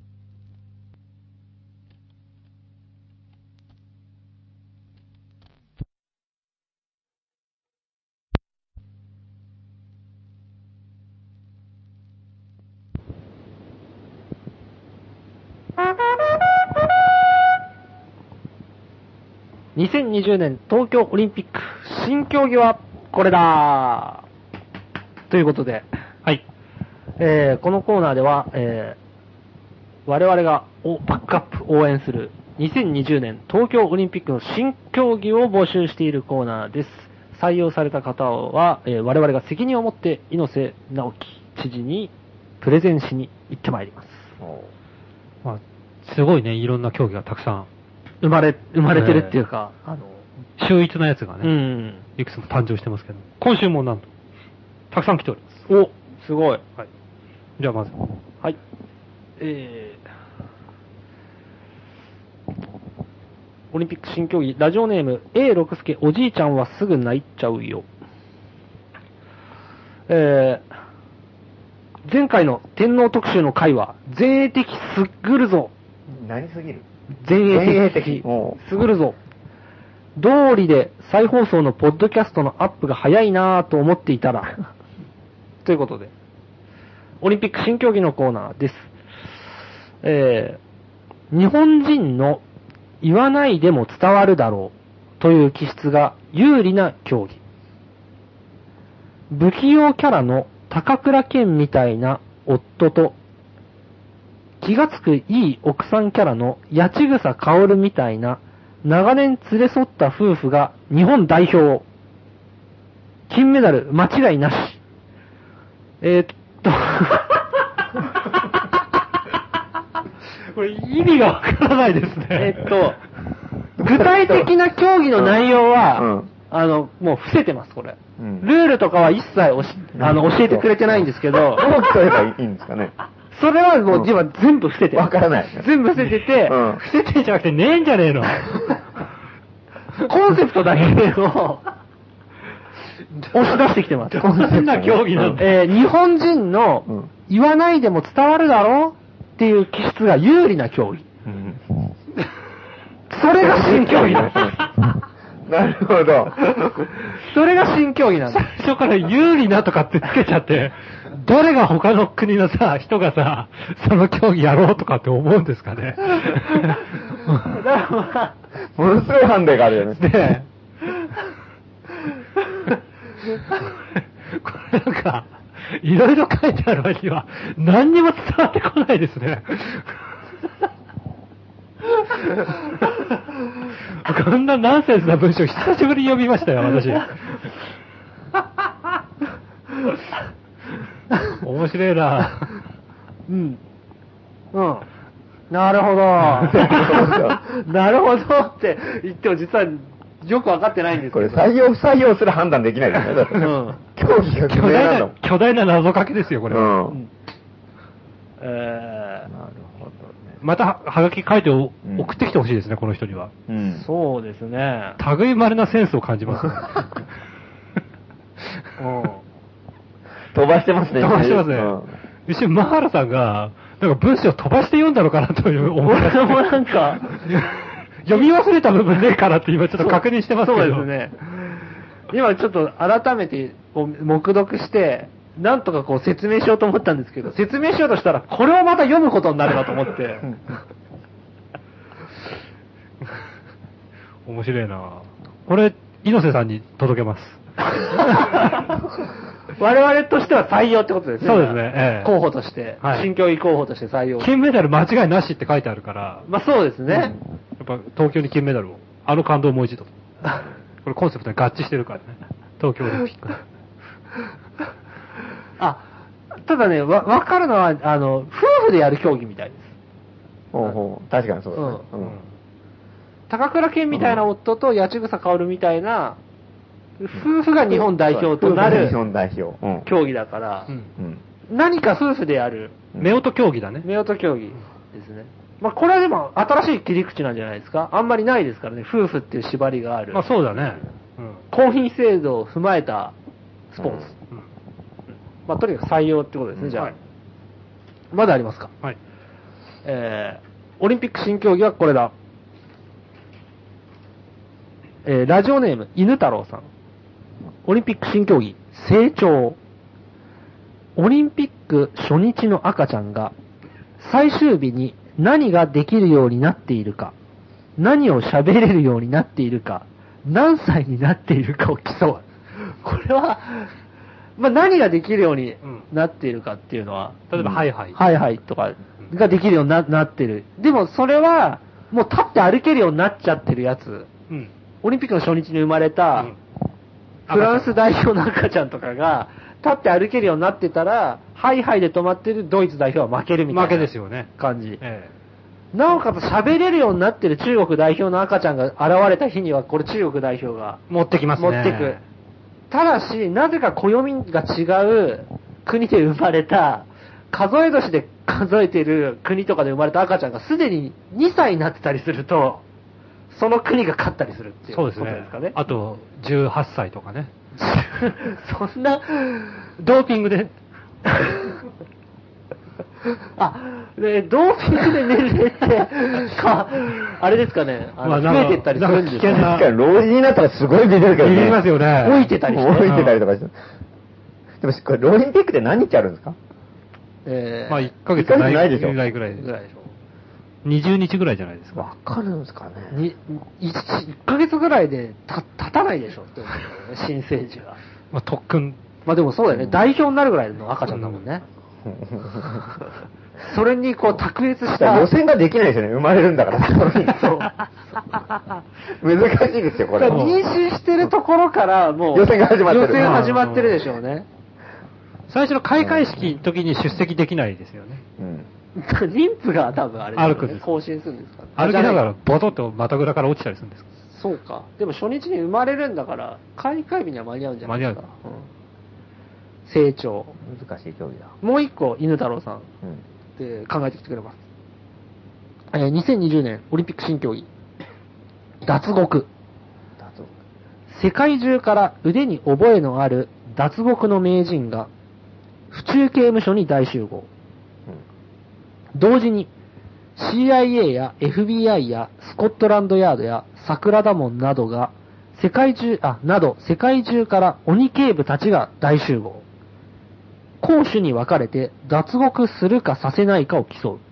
Speaker 2: 2020年東京オリンピック新競技はこれだということで、はい。このコーナーでは、我々がバックアップ応援する2020年東京オリンピックの新競技を募集しているコーナーです。採用された方は、我々が責任を持って猪瀬直樹知事にプレゼンしに行ってまいります。
Speaker 3: まあ、すごいね、いろんな競技がたくさん
Speaker 2: 生まれてるっていうか、
Speaker 3: 秀逸なやつがね、いくつも誕生してますけど、今週もなんと、たくさん来ております。
Speaker 2: お、すごい。
Speaker 3: はい。じゃあまず。
Speaker 2: はい。オリンピック新競技、ラジオネーム、A 六輔、おじいちゃんはすぐ泣いちゃうよ。前回の天皇特集の回は、前衛的すぐるぞ。
Speaker 4: 何すぎる？
Speaker 2: 前衛的すぐるぞ。道理で再放送のポッドキャストのアップが早いなぁと思っていたら、ということで、オリンピック新競技のコーナーです。日本人の言わないでも伝わるだろうという気質が有利な競技。不器用キャラの高倉健みたいな夫と、気がつくいい奥さんキャラの八千草薫みたいな長年連れ添った夫婦が日本代表。金メダル間違いなし。
Speaker 3: これ意味がわからないですね。
Speaker 2: 具体的な競技の内容は、もう伏せてます、これ。ルールとかは一切教えてくれてないんですけど。
Speaker 4: どう聞こえばいいんですかね。
Speaker 2: それはもう今全部伏せてる。
Speaker 4: わからない。
Speaker 2: 全部伏せてて、
Speaker 3: 伏せてんじゃなくてねえんじゃねえの。
Speaker 2: コンセプトだけを押し出してきてます。
Speaker 3: どんな競技なんだ。
Speaker 2: 日本人の言わないでも伝わるだろうっていう気質が有利な競技。それが新競技なんです。
Speaker 4: なるほど。
Speaker 2: それが新競技なんです。
Speaker 3: 最初から有利なとかってつけちゃって、誰が他の国のさ、人がさ、その競技やろうとかって思うんですかね。
Speaker 2: だからまあ、
Speaker 4: ものすごいハンデがあるよね。
Speaker 3: で、これなんか、いろいろ書いてある割には、何にも伝わってこないですね。こんなナンセンスな文章久しぶりに読みましたよ、私。面白いな。
Speaker 2: なるほど。なるほどって言っても実はよくわかってないんですけど。
Speaker 4: これ採用不採用する判断できないですね。競技が巨大な
Speaker 3: 巨大な謎かけですよ、これは。
Speaker 4: なるほどね。
Speaker 3: またはがき書いて送ってきてほしいですね、この人には。
Speaker 2: そうですね。
Speaker 3: 類まれなセンスを感じますね。
Speaker 4: 飛ばしてますね。
Speaker 3: 飛ばしてますね。一瞬、マハラさんが、なんか文章飛ばして読んだのかなという思いが。
Speaker 2: 俺もなんか、
Speaker 3: 読み忘れた部分ねえからって今ちょっと確認してますけど。
Speaker 2: そうですね。今ちょっと改めて黙読して、なんとかこう説明しようと思ったんですけど、説明しようとしたら、これをまた読むことになるなと思って。
Speaker 3: 面白いな。これ、猪瀬さんに届けます。
Speaker 2: 我々としては採用ってことですね。
Speaker 3: そうですね。
Speaker 2: 候補として、新競技候補として採用。
Speaker 3: 金メダル間違いなしって書いてあるから。
Speaker 2: まあそうですね。
Speaker 3: やっぱ東京に金メダルを。あの感動をもう一度。これコンセプトに合致してるからね。東京オリンピック。
Speaker 2: ただね、わかるのは、夫婦でやる競技みたいです。
Speaker 4: 確かにそうだね。
Speaker 2: 高倉健みたいな夫と八千草薫みたいな夫婦が日本代表となる
Speaker 4: 日本代表。うん。
Speaker 2: 競技だから、
Speaker 4: うん。
Speaker 2: 何か夫婦でやる
Speaker 3: 夫婦競技だね。
Speaker 2: 夫婦競技ですね。まあこれはでも新しい切り口なんじゃないですか。あんまりないですからね、夫婦っていう縛りがある。
Speaker 3: まあそうだね。うん。
Speaker 2: 婚姻制度を踏まえたスポーツ。まあとにかく採用ってことですね、じゃあ。
Speaker 3: はい
Speaker 2: まだありますか。
Speaker 3: はい。
Speaker 2: オリンピック新競技はこれだ。ラジオネーム、犬太郎さん。オリンピック新競技、成長。オリンピック初日の赤ちゃんが、最終日に何ができるようになっているか、何を喋れるようになっているか、何歳になっているかを競う。これは、まあ、何ができるようになっているかっていうのは、
Speaker 3: 例えば、ハイハイ。
Speaker 2: ハイハイとかができるようになってる。でもそれは、もう立って歩けるようになっちゃってるやつ。
Speaker 3: うん。
Speaker 2: オリンピックの初日に生まれた、フランス代表の赤ちゃんとかが、立って歩けるようになってたら、ハイハイで止まってるドイツ代表は負けるみたいな。
Speaker 3: 負けですよね。
Speaker 2: 感じ。
Speaker 3: え
Speaker 2: なおかつ喋れるようになってる中国代表の赤ちゃんが現れた日には、これ中国代表が
Speaker 3: 持ってきますね。
Speaker 2: 持ってく。ただし、なぜか暦が違う国で生まれた、数え年で数えてる国とかで生まれた赤ちゃんがすでに2歳になってたりすると、その国が勝ったりするっていう
Speaker 3: そう
Speaker 2: ことですかね。
Speaker 3: あと、18歳とかね。
Speaker 2: そんな、
Speaker 3: ドーピングで。
Speaker 2: でドーピングで年齢って、あれですかね、増えてったりするんですかね。
Speaker 4: 確かに、老人になったらすごいビビるけどね。
Speaker 3: ビビりますよね。
Speaker 2: 老いてたりして。
Speaker 4: 老いてたりとかして。でも、これ、オリンピックって何日あるんですか？
Speaker 3: まあ、1ヶ月
Speaker 4: ないでしょ。
Speaker 3: ぐらいでしょ。20日ぐらいじゃないですか。
Speaker 4: わかるんですかね。
Speaker 2: 1ヶ月ぐらいで立たないでしょって思うよね、新生児が。
Speaker 3: まあ、特訓。
Speaker 2: まあでもそうだよね、代表になるぐらいの赤ちゃんだもんね。それにこう卓越した。
Speaker 4: 予選ができないですよね、生まれるんだから。そう。難しいですよ、これ。
Speaker 2: 妊娠してるところからもう、
Speaker 4: 予選が始まってる。
Speaker 2: 予選始まってるでしょうね。
Speaker 3: 最初の開会式の時に出席できないですよね。
Speaker 2: 妊婦が多分あれですよね。
Speaker 3: 歩くんです。
Speaker 2: 更新するんですかね。
Speaker 3: 歩きながらボトッと股ぐらから落ちたりするんですか？
Speaker 2: そうか。でも初日に生まれるんだから、開会日には間に合うんじゃないですか。
Speaker 3: 間に合う。
Speaker 2: 成長。
Speaker 4: 難しい競技だ。
Speaker 2: もう一個、犬太郎さん。で考えてきてくれます。2020年オリンピック新競技。脱獄。世界中から腕に覚えのある脱獄の名人が、府中刑務所に大集合。同時に CIA や FBI やスコットランドヤードや桜田門などが世界中から鬼警部たちが大集合。攻守に分かれて脱獄するかさせないかを競う。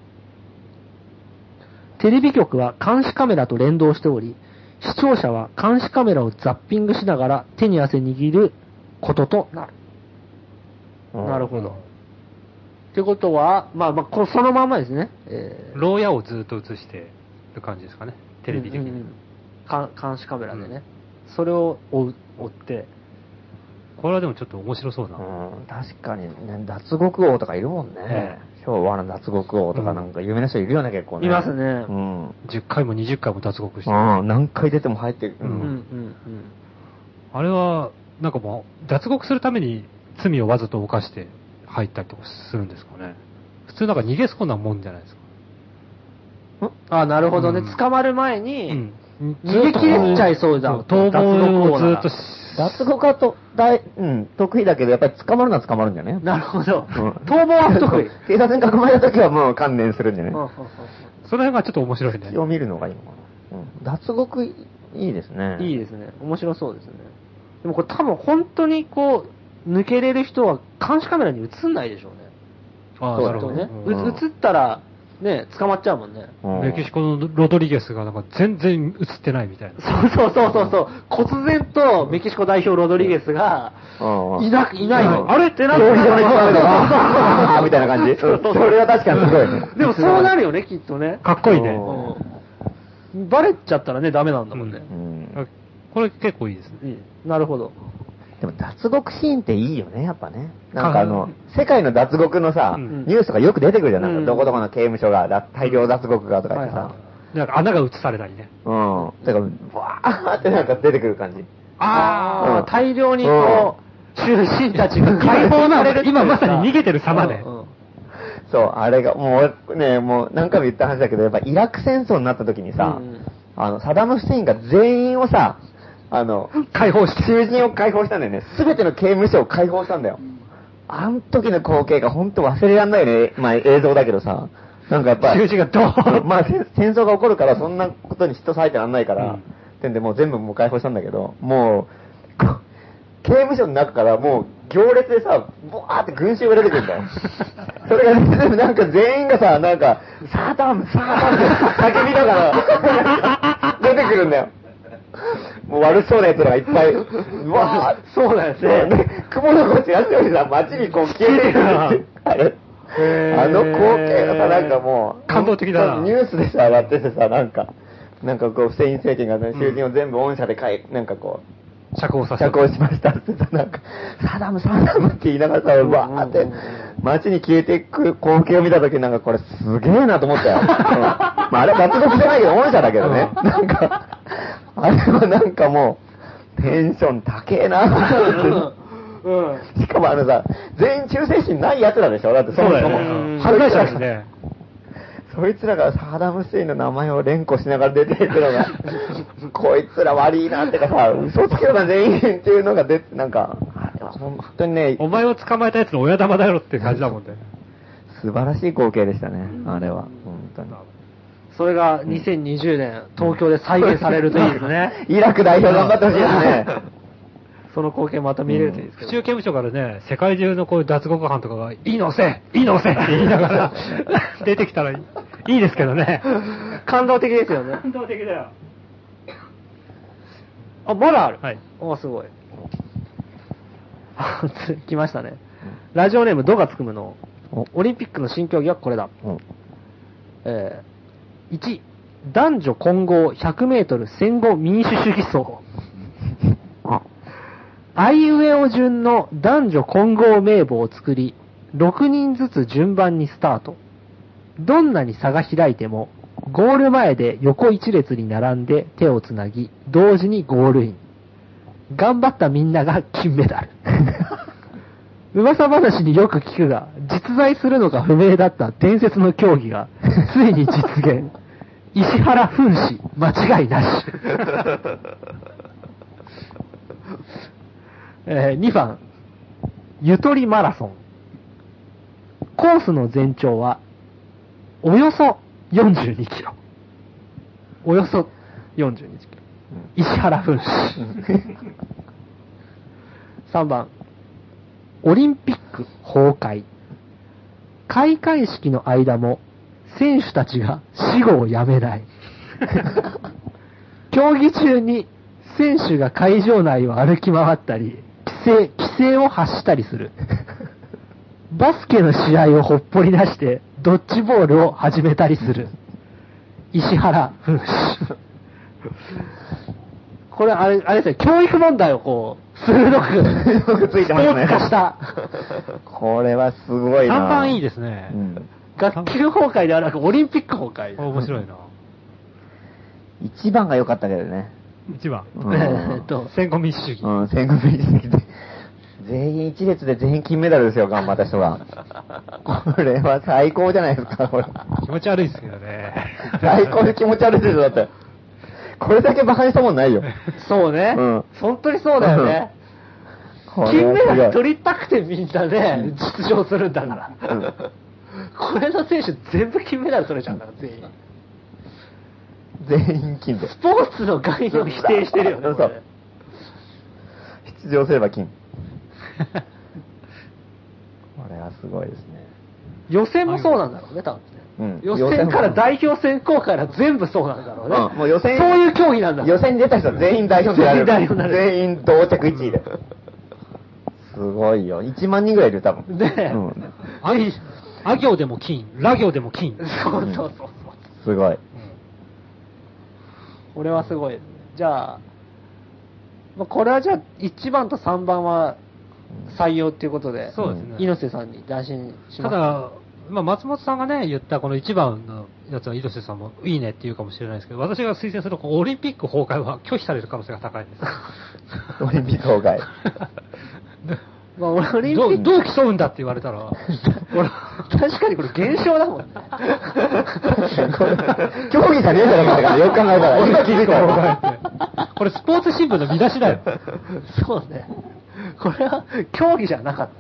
Speaker 2: テレビ局は監視カメラと連動しており、視聴者は監視カメラをザッピングしながら手に汗握ることとなる。なるほど。ってことは、そのまんまですね。
Speaker 3: 牢屋をずっと映してる感じですかね。テレビ的に。
Speaker 2: 監視カメラでね。それを追って。
Speaker 3: これはでもちょっと面白そうな。
Speaker 4: 確かに、ね、脱獄王とかいるもんね。昭和の脱獄王とかなんか有名な人いるよね、結構ね。
Speaker 2: いますね。
Speaker 3: 10回も20回も脱獄してる。
Speaker 4: 何回出ても入ってる。
Speaker 3: あれは、なんかもう、脱獄するために罪をわざと犯して入ったりとかするんですかね。普通なんか逃げそうなもんじゃないですか。
Speaker 2: なるほどね。捕まる前に、逃げ切れちゃいそうだ。
Speaker 3: 逃亡をずっと
Speaker 4: 脱獄は得意だけど、やっぱり捕まるのは捕まるんじゃね？
Speaker 2: なるほど。逃亡は不得意。
Speaker 4: 警察に囲まれた時はもう観念するんじゃね？
Speaker 3: その辺がちょっと面白いね。
Speaker 4: を見るのがいいのかな。脱獄いいですね。
Speaker 2: いいですね。面白そうですね。でもこれ多分本当にこう、抜けれる人は監視カメラに映んないでしょうね。
Speaker 3: なるほどね。
Speaker 2: 映ったら、ね、捕まっちゃうもんね。
Speaker 3: メキシコのロドリゲスがなんか全然映ってないみたいな。
Speaker 2: そう。忽然とメキシコ代表ロドリゲスが、いないの。あれってなって
Speaker 4: みたいな感じ。それは確かにすごいね。
Speaker 2: でもそうなるよね、きっとね。
Speaker 3: かっこいいね。
Speaker 2: バレちゃったらね、ダメなんだもんね。
Speaker 3: これ結構いいですね。
Speaker 2: なるほど。
Speaker 4: でも脱獄シーンっていいよね、やっぱね。なんか世界の脱獄のさ、ニュースとかよく出てくるじゃん。なんかどこどこの刑務所が大量脱獄がとか言ってさ。
Speaker 3: なんか穴が映されたりね。
Speaker 4: だから、わーってなんか出てくる感じ。
Speaker 2: 大量にこう、囚人たちが解放される。
Speaker 3: 今まさに逃げてる様で。
Speaker 4: そう、あれが、もうね、もう何回も言った話だけど、やっぱイラク戦争になった時にさ、サダム・フセインが全員をさ、
Speaker 3: 解放して。
Speaker 4: 囚人を解放したんだよね。すべての刑務所を解放したんだよ。あの時の光景がほんと忘れらんないよね。まあ映像だけどさ。なんかやっぱ、
Speaker 3: 囚人がドーン
Speaker 4: まあ戦争が起こるからそんなことに人割いてらんないから、ってんでもう全部もう解放したんだけど、もう、刑務所の中からもう行列でさ、ボワーって群衆が出てくるんだよ。それがなんか全員がさ、なんか、サータンって叫びながら出てくるんだよ。もう悪そうな奴らがいっぱい、うわー、そうだよね。雲の子やってるようにさ、街にこう消えていくあれ。あの光景がさ、なんかもう、
Speaker 3: 感動的だな。
Speaker 4: ニュースでさ、上がっててさ、なんかこう、フセイン政権が囚人を全部恩赦でなんかこう、
Speaker 3: 釈放させる。
Speaker 4: 釈放しましたってさ、なんか、サダムって言いながらさ、うわーって、街に消えていく光景を見たときなんかこれすげえなと思ったよ。まああれは脱獄じゃないけど、恩赦だけどね。なんか、あれはなんかもう、テンション高えなしかもさ、全員忠誠心ない奴らでしょだってそもそも。
Speaker 3: 犯罪者ですね。
Speaker 4: そいつらがサダム・フセインの名前を連呼しながら出ていくのが、こいつら悪いなってかさ、嘘つけよな全員っていうのが出て、なんか、あれは本当にね、
Speaker 3: お前を捕まえたやつの親玉だよって感じだもんね。
Speaker 4: 素晴らしい光景でしたね、あれは。本当に。
Speaker 2: それが2020年、東京で再現されるといいですね。
Speaker 4: イラク代表頑張ってほしいですね。
Speaker 2: その光景また見れるといいですけど。
Speaker 3: 府中刑務所からね、世界中のこういう脱獄犯とかが、いいのせって言いながら出てきたらいいですけどね。
Speaker 2: 感動的ですよね。
Speaker 3: 感動的だよ。
Speaker 2: あ、まだある。
Speaker 3: はい。
Speaker 2: お、すごい。来ましたね。ラジオネーム、ドがつくむの。オリンピックの新競技はこれだ。1、男女混合100メートル戦後民主主義走。あいうえお順の男女混合名簿を作り、6人ずつ順番にスタート。どんなに差が開いても、ゴール前で横一列に並んで手をつなぎ、同時にゴールイン。頑張ったみんなが金メダル。噂話によく聞くが、実在するのか不明だった伝説の競技が、ついに実現。石原噴死、間違いなし。2番、ゆとりマラソン。コースの全長は、およそ42キロ。およそ42キロ。石原噴死。3番、オリンピック崩壊。開会式の間も、選手たちが死後をやめない。競技中に選手が会場内を歩き回ったり、規制を発したりする。バスケの試合をほっぽり出して、ドッジボールを始めたりする。石原噴死。これあれですね、教育問題をこう、鋭く
Speaker 4: ついてますね。
Speaker 2: スポーツ化した。
Speaker 4: これはすごいな。
Speaker 3: 3番いいですね。
Speaker 2: 学級崩壊ではなくオリンピック崩壊。
Speaker 3: 面白いな。
Speaker 4: 1番が良かったけどね。
Speaker 3: 1番。
Speaker 2: 戦
Speaker 3: 後民主主義。
Speaker 4: 戦後民主主義で。全員一列で全員金メダルですよ、頑張った人が。これは最高じゃないですか、これ。
Speaker 3: 気持ち悪いですけどね。
Speaker 4: 最高で気持ち悪いですよ、だって。これだけ馬鹿にしたもんないよ。
Speaker 2: そうね。本当にそうだよね。金メダル取りたくてみんなね、出場するんだから。これの選手全部金メダル取れちゃうんだから、全員。
Speaker 4: 全員金で。
Speaker 2: スポーツの概念を否定してるよね。そう。
Speaker 4: 出場すれば金。これはすごいですね。
Speaker 2: 予選もそうなんだろうね、多分ね。予選から代表選考から全部そうなんだろうね。
Speaker 4: もう予選、
Speaker 2: そういう競技なんだ。
Speaker 4: 予選に出た人は全員代表になる。全員同着1位で。すごいよ。1万人ぐらいいる、多分。
Speaker 2: ね
Speaker 3: あ行でも金、ら行でも金。
Speaker 2: そう。
Speaker 4: すごい。
Speaker 2: これはすごい。じゃあ、これはじゃあ1番と3番は採用っていうことで、
Speaker 3: そうですね。
Speaker 2: 猪瀬さんに打診します。
Speaker 3: ただ、 まあ、松本さんがね、言ったこの1番のやつは、井戸瀬さんもいいねって言うかもしれないですけど、私が推薦するオリンピック崩壊は拒否される可能性が高いんです。
Speaker 4: オリンピック崩壊。
Speaker 2: まあ、オリンピック
Speaker 3: どう競うんだって言われたら、
Speaker 2: 確かにこれ現象だもんね。
Speaker 4: 競技じゃねえだろみたいな、よく考えたら。今気づいたら。
Speaker 3: これスポーツ新聞の見出しだよ。
Speaker 2: そうね。これは競技じゃなかった。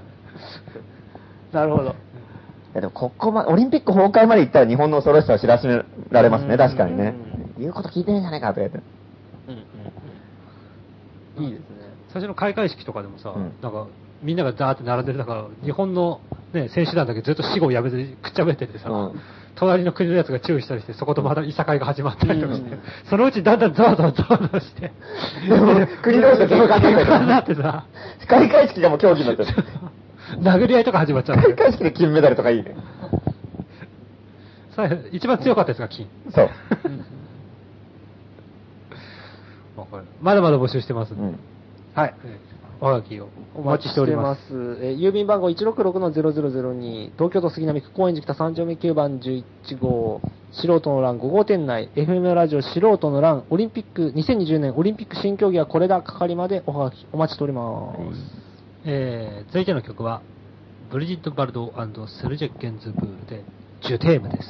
Speaker 2: なるほど。
Speaker 4: でもここオリンピック崩壊まで行ったら日本の恐ろしさを知らしめられますね、確かにね。言うこと聞いてねえんじゃないかとか言って。
Speaker 2: いいですね。
Speaker 3: 最初の開会式とかでもさ、なんか、みんながザーって並んでる中、日本のね、選手団だけずっと死後をやめずにくっちゃべっててさ、隣の国のやつが注意したりして、そことまたいさかいが始まったりとかして、そのうちだんだんざわざわざわざわして、
Speaker 4: 国同士でその関係
Speaker 3: になってさ、
Speaker 4: 開会式がもう競技になっちゃう。
Speaker 3: 殴り合いとか始まっちゃう。
Speaker 4: 開会式で金メダルとかいいね。
Speaker 3: 一番強かったやつが金。
Speaker 4: そう。
Speaker 3: まだまだ募集してます。
Speaker 2: はい。
Speaker 3: おはがきを
Speaker 2: お待ちしております。郵便番号 166-0002、東京都杉並区高円寺北3丁目9番11号、素人の欄5号店内、FM ラジオ素人の欄、オリンピック、2020年オリンピック新競技はこれだ係までおはがきお待ちしております。
Speaker 3: 続いての曲は、ブリジット・バルド&セルジェ・ゲンズブールで、ジュテームです。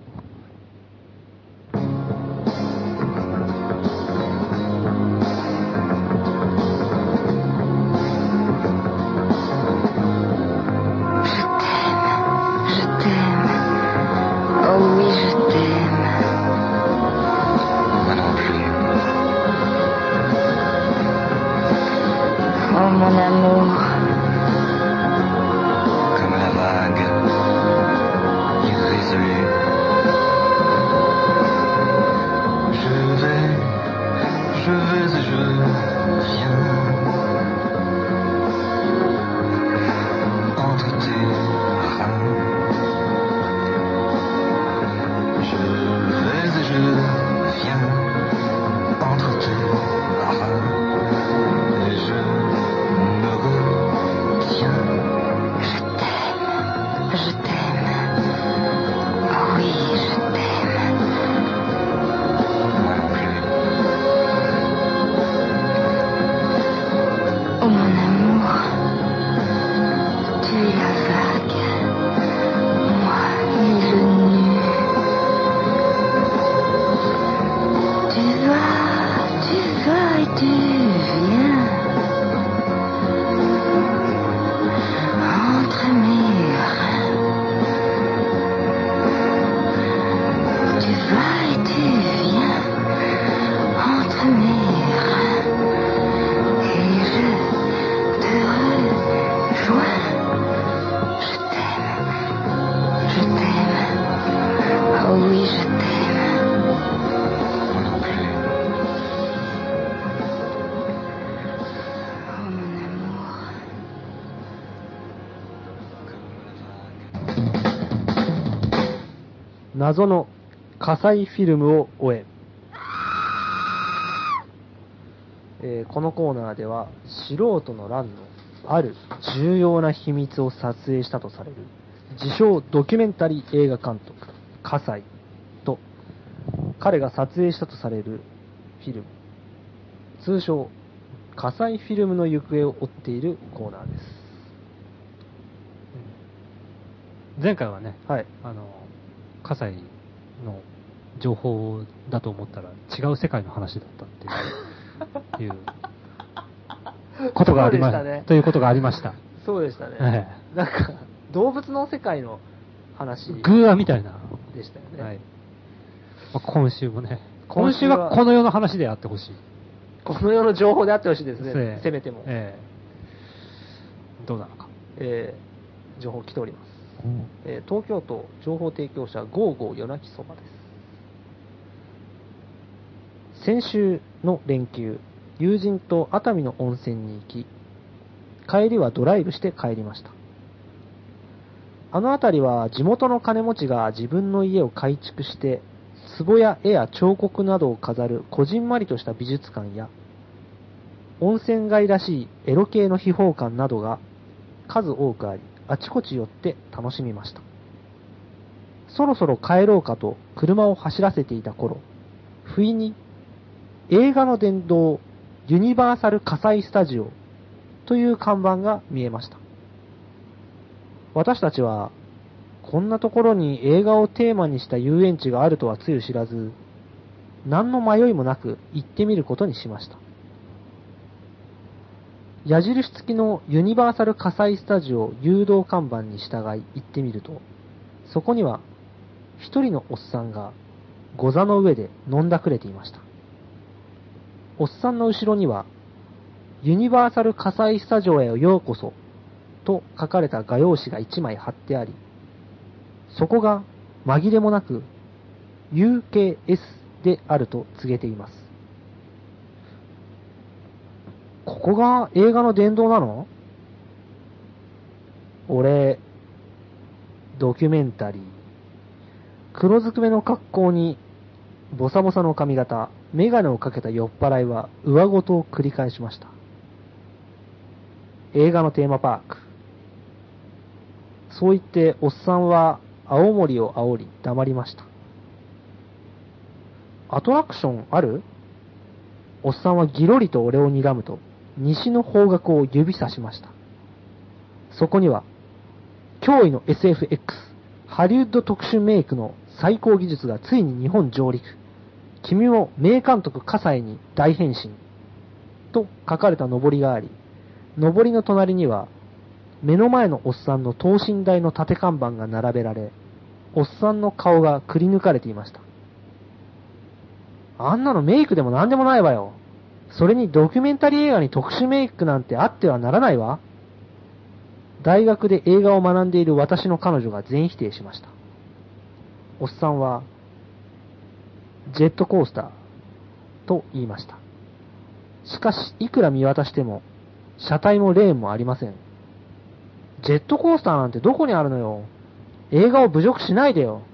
Speaker 2: 謎の火災フィルムを終え、このコーナーでは素人の欄のある重要な秘密を撮影したとされる自称ドキュメンタリー映画監督葛西と彼が撮影したとされるフィルム通称葛西フィルムの行方を追っているコーナーです。
Speaker 3: 前回はね、
Speaker 2: はい、
Speaker 3: 葛西の情報だと思ったら違う世界の話だったっていうことがありましたね。ということがありました。
Speaker 2: そうでしたね。なんか動物の世界の話。
Speaker 3: グーアみたいな
Speaker 2: でしたよね。
Speaker 3: はい。まあ、今週もね。今週はこの世の話であってほしい。
Speaker 2: この世の情報であってほしいですね。せめても。
Speaker 3: どうなのか。
Speaker 2: 情報来ております。東京都情報提供者ゴーゴー夜泣きそばです。先週の連休、友人と熱海の温泉に行き、帰りはドライブして帰りました。あの辺りは地元の金持ちが自分の家を改築して、壺や絵や彫刻などを飾るこじんまりとした美術館や、温泉街らしいエロ系の秘宝館などが数多くあり、あちこち寄って楽しみました。
Speaker 6: そろそろ帰ろうかと車を走らせていた頃、不意に映画の殿堂ユニバーサル火災スタジオという看板が見えました。私たちはこんなところに映画をテーマにした遊園地があるとはつゆ知らず、何の迷いもなく行ってみることにしました。矢印付きのユニバーサル火災スタジオ誘導看板に従い行ってみると、そこには一人のおっさんがゴザの上で飲んだくれていました。おっさんの後ろには、ユニバーサル火災スタジオへようこそと書かれた画用紙が1枚貼ってあり、そこが紛れもなく UKS であると告げています。ここが映画の殿堂なの？俺、ドキュメンタリー。黒ずくめの格好に、ボサボサの髪型、メガネをかけた酔っ払いは上ごとを繰り返しました。映画のテーマパーク。そう言っておっさんは青森を煽り黙りました。アトラクションある？おっさんはギロリと俺を睨むと西の方角を指さしました。そこには驚異の SFX ハリウッド特殊メイクの最高技術がついに日本上陸。君も名監督葛西に大変身。と書かれた上りがあり、上りの隣には、目の前のおっさんの等身大の縦看板が並べられ、おっさんの顔がくり抜かれていました。あんなのメイクでもなんでもないわよ。それにドキュメンタリー映画に特殊メイクなんてあってはならないわ。大学で映画を学んでいる私の彼女が全否定しました。おっさんは、ジェットコースターと言いました。しかし、いくら見渡しても、車体もレーンもありません。ジェットコースターなんてどこにあるのよ。映画を侮辱しないでよ。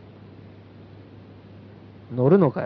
Speaker 6: 乗るのかよ。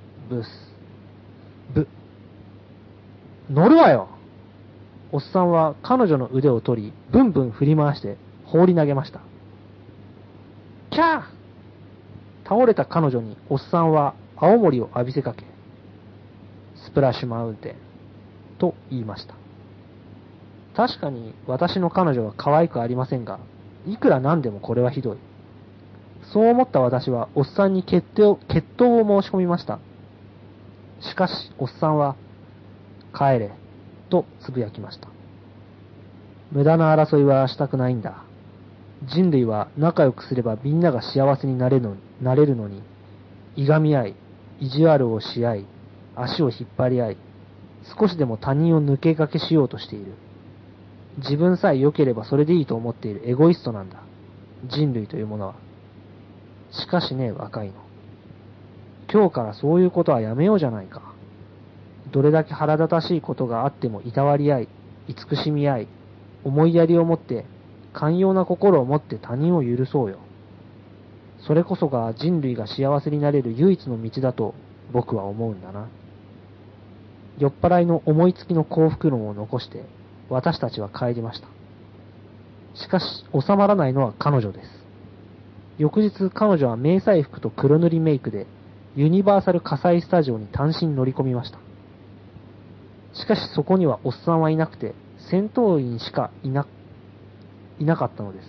Speaker 6: 乗るわよ。おっさんは彼女の腕を取り、ブンブン振り回して放り投げました。キャー！倒れた彼女におっさんは青森を浴びせかけ、スプラッシュマウンテンと言いました。確かに私の彼女は可愛くありませんが、いくらなんでもこれはひどい。そう思った私はおっさんに決闘を申し込みました。しかしおっさんは、帰れとつぶやきました。無駄な争いはしたくないんだ。人類は仲良くすればみんなが幸せになれるのに、いがみ合い、意地悪をし合い、足を引っ張り合い、少しでも他人を抜け駆けしようとしている。自分さえ良ければそれでいいと思っているエゴイストなんだ。人類というものは。しかしね、若いの。今日からそういうことはやめようじゃないか。どれだけ腹立たしいことがあってもいたわり合い、慈しみ合い、思いやりを持って、寛容な心を持って他人を許そうよ。それこそが人類が幸せになれる唯一の道だと僕は思うんだな。酔っ払いの思いつきの幸福論を残して私たちは帰りました。しかし収まらないのは彼女です。翌日彼女は迷彩服と黒塗りメイクでユニバーサル火災スタジオに単身乗り込みました。しかしそこにはおっさんはいなくて戦闘員しかいなかったのです。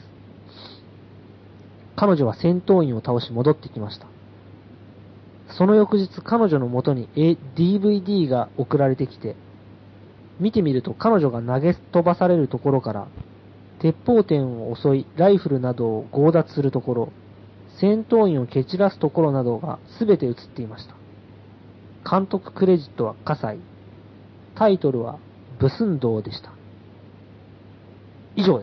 Speaker 6: 彼女は戦闘員を倒し戻ってきました。その翌日彼女の元に DVD が送られてきて、見てみると彼女が投げ飛ばされるところから鉄砲店を襲いライフルなどを強奪するところ、戦闘員を蹴散らすところなどが全て映っていました。監督クレジットは葛西、タイトルは武寸道でした。以上です。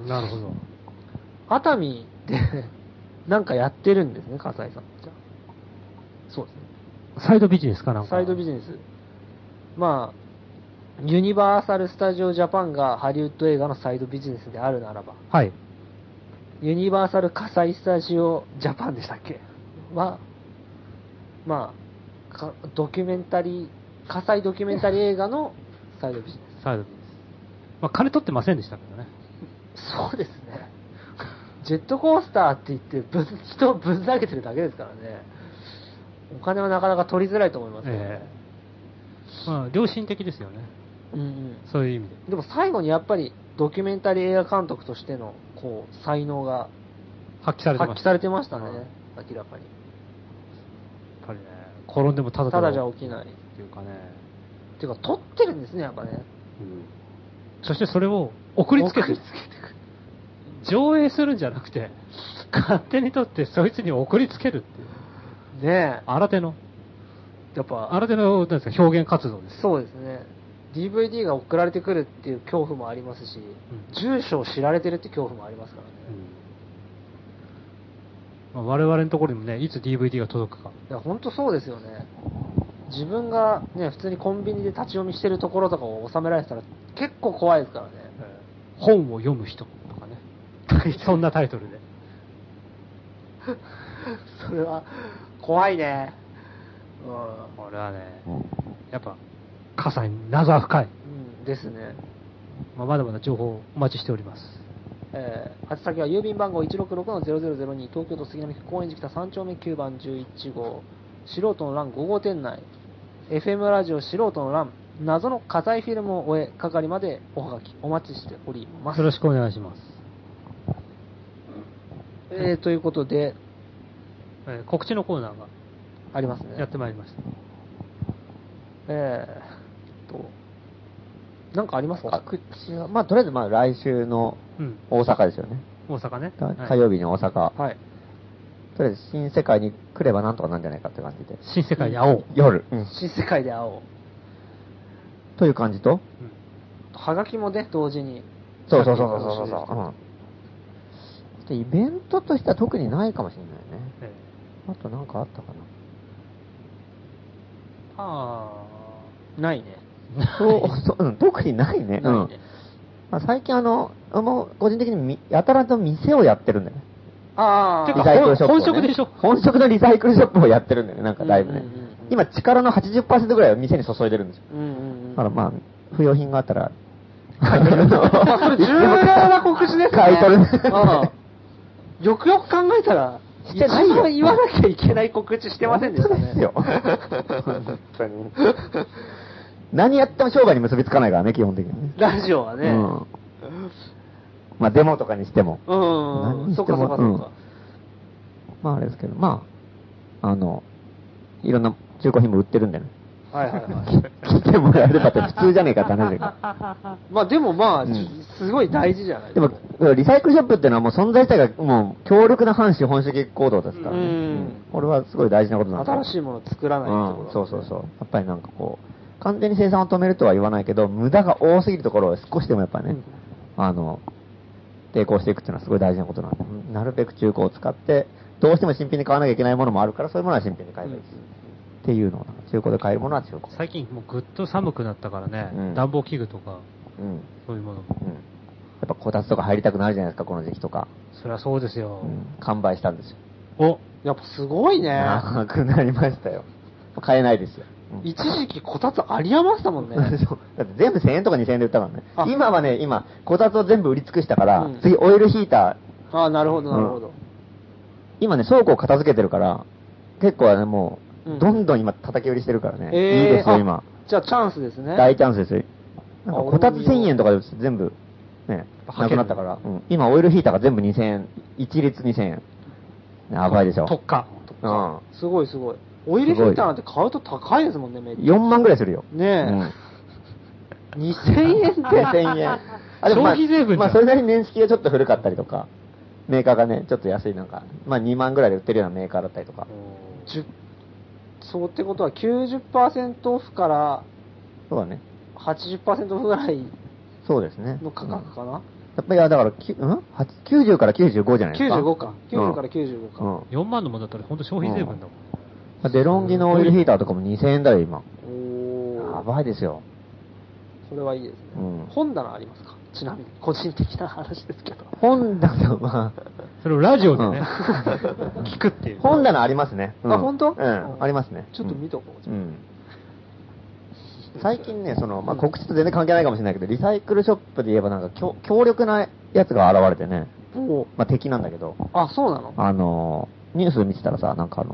Speaker 3: なるほど。
Speaker 6: 熱海でなんかやってるんですね、葛西さん。じゃあそうですね。
Speaker 3: サイドビジネスかなんか。
Speaker 6: サイドビジネス。まあ、ユニバーサル・スタジオ・ジャパンがハリウッド映画のサイドビジネスであるならば、
Speaker 3: はい。
Speaker 6: ユニバーサル・火災スタジオ・ジャパンでしたっけは、まあ、ドキュメンタリー、火災ドキュメンタリー映画のサイドビジネス。
Speaker 3: サイドビジネス。まあ、金取ってませんでしたけどね。
Speaker 6: そうですね。 ジェットコースターって言って人をぶん投げてるだけですからね。お金はなかなか取りづらいと思いますね。
Speaker 3: まあ、良心的ですよね。
Speaker 6: うんうん。
Speaker 3: そういう意味で。
Speaker 6: でも最後にやっぱりドキュメンタリー映画監督としてのこう才能が
Speaker 3: 発揮されてました。
Speaker 6: 発揮されてましたね、明らかに。
Speaker 3: やっぱりね、転んでもた
Speaker 6: だじゃ起きない。
Speaker 3: っていうかね。
Speaker 6: っていうか、撮ってるんですね、やっぱね。
Speaker 3: うん。そしてそれを送りつけてくる。上映するんじゃなくて、勝手に撮ってそいつに送りつけるっていう。
Speaker 6: ねえ。
Speaker 3: 新手の。
Speaker 6: やっぱ、
Speaker 3: 新手の、なんですか、表現活動です。
Speaker 6: そうですね。DVD が送られてくるっていう恐怖もありますし、住所を知られてるって恐怖もありますからね。
Speaker 3: まあ、我々のところにもね、いつ DVD が届くか。
Speaker 6: いや、ほんとそうですよね。自分がね、普通にコンビニで立ち読みしてるところとかを収められてたら結構怖いですからね。
Speaker 3: 本を読む人とかね。そんなタイトルで。
Speaker 6: それは、怖いね。
Speaker 3: これはね、やっぱ、葛西に謎は深い。
Speaker 6: うん、ですね。
Speaker 3: まあ、まだまだ情報お待ちしております。
Speaker 6: 宛先は郵便番号 166-0002 東京都杉並区高円寺北3丁目9番11号素人の欄5号店内 FM ラジオ素人の欄謎の火災フィルムを終え係までおはがきお待ちしております。
Speaker 3: よろしくお願いします。
Speaker 6: ということで、
Speaker 3: 告知のコーナーが
Speaker 6: ありますね。
Speaker 3: やってまいりました。
Speaker 6: なんかありますか？
Speaker 4: 告知は、まあ、とりあえず、まあ、来週の大阪ですよね。
Speaker 3: 大阪ね。
Speaker 4: 火曜日に大阪。
Speaker 6: はい。
Speaker 4: とりあえず、新世界に来ればなんとかなんじゃないかって感じで。
Speaker 3: 新世界で会おう。
Speaker 4: 夜。
Speaker 6: 新世界で会おう。
Speaker 4: という感じと、
Speaker 6: はがきもね、同時に。
Speaker 4: そうそう。でイベントとしては特にないかもしれないね。あとなんかあったかな。
Speaker 6: ないね。
Speaker 4: 特にないね。まあ、最近もう個人的にやたらと店をやってるんだよね。リサイクルショップ、ね。
Speaker 3: 本職でしょ？
Speaker 4: 本職のリサイクルショップをやってるんだよね、なんかだいぶね。今力の 80% ぐらいを店に注いでるんですよ。だからまあ、不要品があったら、
Speaker 6: 買い取る。それ重要な告知ですね。
Speaker 4: 買い取る。
Speaker 6: よくよく考えたら、一番言わなきゃいけない告知してませんでしたね。
Speaker 4: ですよ。本当に。何やっても商売に結びつかないからね、基本的にね。
Speaker 6: ラジオはね。
Speaker 4: まあ、デモとかにしても。
Speaker 6: そっか。
Speaker 4: まあ、あれですけど、まあ、いろんな中古品も売ってるんでね。
Speaker 6: はい。
Speaker 4: 聞いてもらえればって普通じゃねえかって話だけど。
Speaker 6: まあ、でもまあ、すごい大事じゃない
Speaker 4: でも、リサイクルショップっていうのはもう存在自体がもう強力な反資本主義行動ですからね。これはすごい大事なことなんですよ。
Speaker 6: 新しいものを作らないってこと。
Speaker 4: そう。やっぱりなんかこう、完全に生産を止めるとは言わないけど、無駄が多すぎるところを少しでもやっぱね、抵抗していくっていうのはすごい大事なことなんで、なるべく中古を使って、どうしても新品に買わなきゃいけないものもあるから、そういうものは新品に買えばいいです。っていうのを、中古で買えるものは中古。
Speaker 3: 最近もうぐっと寒くなったからね、暖房器具とか、そういうものも。
Speaker 4: やっぱこたつとか入りたくなるじゃないですか、この時期とか。
Speaker 3: そりゃそうですよ。
Speaker 4: 完売したんですよ。
Speaker 6: お、やっぱすごいね。
Speaker 4: 長くなりましたよ。買えないですよ。
Speaker 6: 一時期こたつあり余したもんね。
Speaker 4: だって全部1000円とか2000円で売ったからね。今はね、こたつを全部売り尽くしたから、次オイルヒータ
Speaker 6: ー。なるほど。
Speaker 4: 今ね、倉庫を片付けてるから、結構ね、もう、どんどん今叩き売りしてるからね。いいですよ、今。
Speaker 6: じゃあチャンスですね。
Speaker 4: 大チャンスですよ。なんかこたつ1000円とかで全部、ね、なくなったから、今オイルヒーターが全部2000円。一律2000円。やばいでしょ。
Speaker 3: 特価。
Speaker 6: すごい。オイルヒーターなんて買うと高いですもんね、めっちゃ。
Speaker 4: 4万ぐらいするよ。
Speaker 6: ねえ。2000円って。
Speaker 4: 2000円。
Speaker 3: 消費税分
Speaker 4: まあ、それなりに年式がちょっと古かったりとか、メーカーがね、ちょっと安いなんか、まあ2万ぐらいで売ってるようなメーカーだったりとか。
Speaker 6: そうってことは 90% オフから、
Speaker 4: そうだね。
Speaker 6: 80% オフぐらい。
Speaker 4: そうですね。
Speaker 6: の価格かな。
Speaker 4: いや、だから、90から95じゃないですか。
Speaker 6: 95か。90から95か。
Speaker 3: 4万のものだったら本当消費税分だもん。
Speaker 4: デロンギのオイルヒーターとかも2000円だよ、今。やばいですよ。
Speaker 6: それはいいですね。本棚ありますか？ちなみに、個人的な話ですけど。
Speaker 4: 本棚は、
Speaker 3: それをラジオでね、聞くっていう。
Speaker 4: 本棚ありますね。
Speaker 6: 本当？
Speaker 4: ありますね。
Speaker 6: ちょっと見とこう。
Speaker 4: 最近ね、告知と全然関係ないかもしれないけど、リサイクルショップで言えばなんか強力なやつが現れてね。 まあ敵なんだけど、
Speaker 6: あ、そうなの？
Speaker 4: ニュース見てたらさ、なんか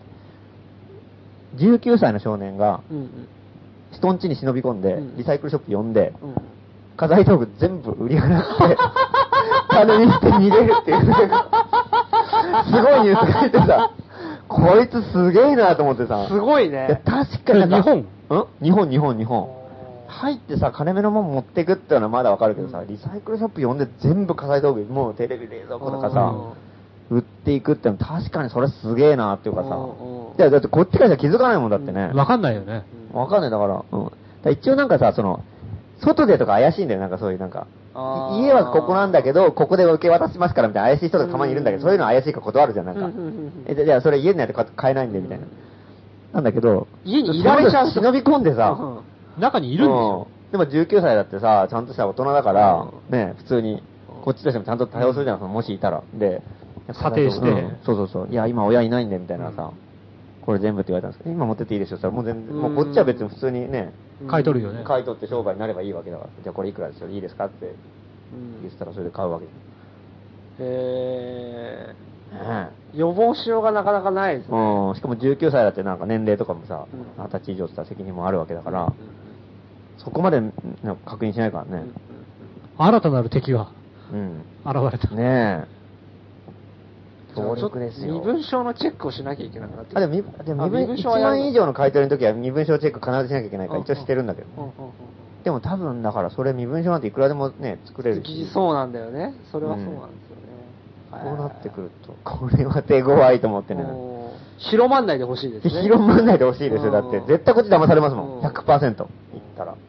Speaker 4: 19歳の少年が、人ん家に忍び込んで、リサイクルショップ呼んで、家財道具全部売り払って、金にして逃げるっていう、すごいニュースが出てさ、こいつすげえなと思ってさ。
Speaker 6: すごいね。
Speaker 4: いや、確かに
Speaker 3: 日本
Speaker 4: 日本。入ってさ、金目のもん持ってくっていうのはまだわかるけどさ、リサイクルショップ呼んで全部家財道具、もうテレビ、冷蔵庫とかさ、売っていくってのは確かにそれすげえなっていうかさ、いや、だってこっちからじゃ気づかないもんだってね。
Speaker 3: わかんないよね。
Speaker 4: わかんない、だから、だから一応なんかさ、外でとか怪しいんだよ、なんかそういうなんか。家はここなんだけど、ここで受け渡しますからみたいな怪しい人がたまにいるんだけど、そういうの怪しいから断るじゃん、なんか。じゃあそれ家にないと買えないんで、みたいな。なんだけど、
Speaker 6: 家にいられちゃう
Speaker 4: 忍び込んでさ、
Speaker 3: 中にいるんですよ。
Speaker 4: でも19歳だってさ、ちゃんとした大人だから、ね、普通に、こっちとしてもちゃんと対応するじゃん、もしいたら。で、
Speaker 3: 査定して。
Speaker 4: そう。いや、今親いないんで、みたいなさ、これ全部って言われたんですけど、今持ってっていいでしょ、もう全然、もうこっちは別に普通にね、
Speaker 3: 買い取るよね。
Speaker 4: 買い取って商売になればいいわけだから、じゃあこれいくらですよ、いいですかって言ってたらそれで買うわけ
Speaker 6: 予防しようがなかなかないですね。
Speaker 4: しかも19歳だってなんか年齢とかもさ、20歳以上って言ったら責任もあるわけだから、そこまで確認しないからね。
Speaker 3: 新たなる敵が現れた。
Speaker 4: ねえ。強力ですよ。
Speaker 6: 身分証のチェックをしなきゃいけなくなって
Speaker 4: でも1万円以上の買い取りの時は身分証チェック必ずしなきゃいけないから一応してるんだけどね。でも多分だからそれ身分証なんていくらでもね、作れるし。
Speaker 6: そうなんだよね。それはそうなんですよね。
Speaker 4: こうなってくると、これは手強いと思ってね。
Speaker 6: 広まんないでほしいですね。
Speaker 4: 広まんないでほしいですよ。だって、絶対こっち騙されますもん。100%。言ったら。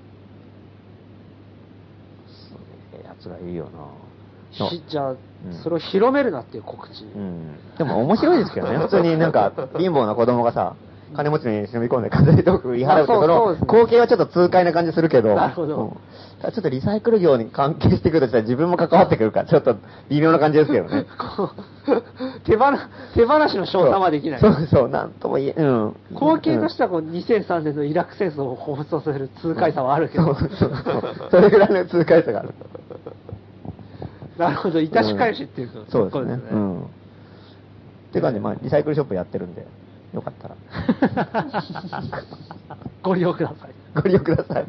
Speaker 4: すげえやつがいいよな。
Speaker 6: じゃあ、それを広めるなっていう告知。
Speaker 4: でも面白いですけどね。普通になんか、貧乏な子供がさ、金持ちに忍び込んで家財道具売り払うって、その光景はちょっと痛快な感じするけど、
Speaker 6: なるほど。
Speaker 4: ちょっとリサイクル業に関係してくるとしたら自分も関わってくるから、ちょっと微妙な感じですけどね。
Speaker 6: 手放しの賞賛はできない。
Speaker 4: そう、なんとも言え、
Speaker 6: 光景としては2003年のイラク戦争を彷彿とする痛快さはあるけど。
Speaker 4: それぐらいの痛快さがある。
Speaker 6: なるほど、いたし返しっていうか、
Speaker 4: そうですね。っていう感じで、まあ、リサイクルショップやってるんで、よかったら。
Speaker 6: ご利用ください。
Speaker 4: ご利用ください。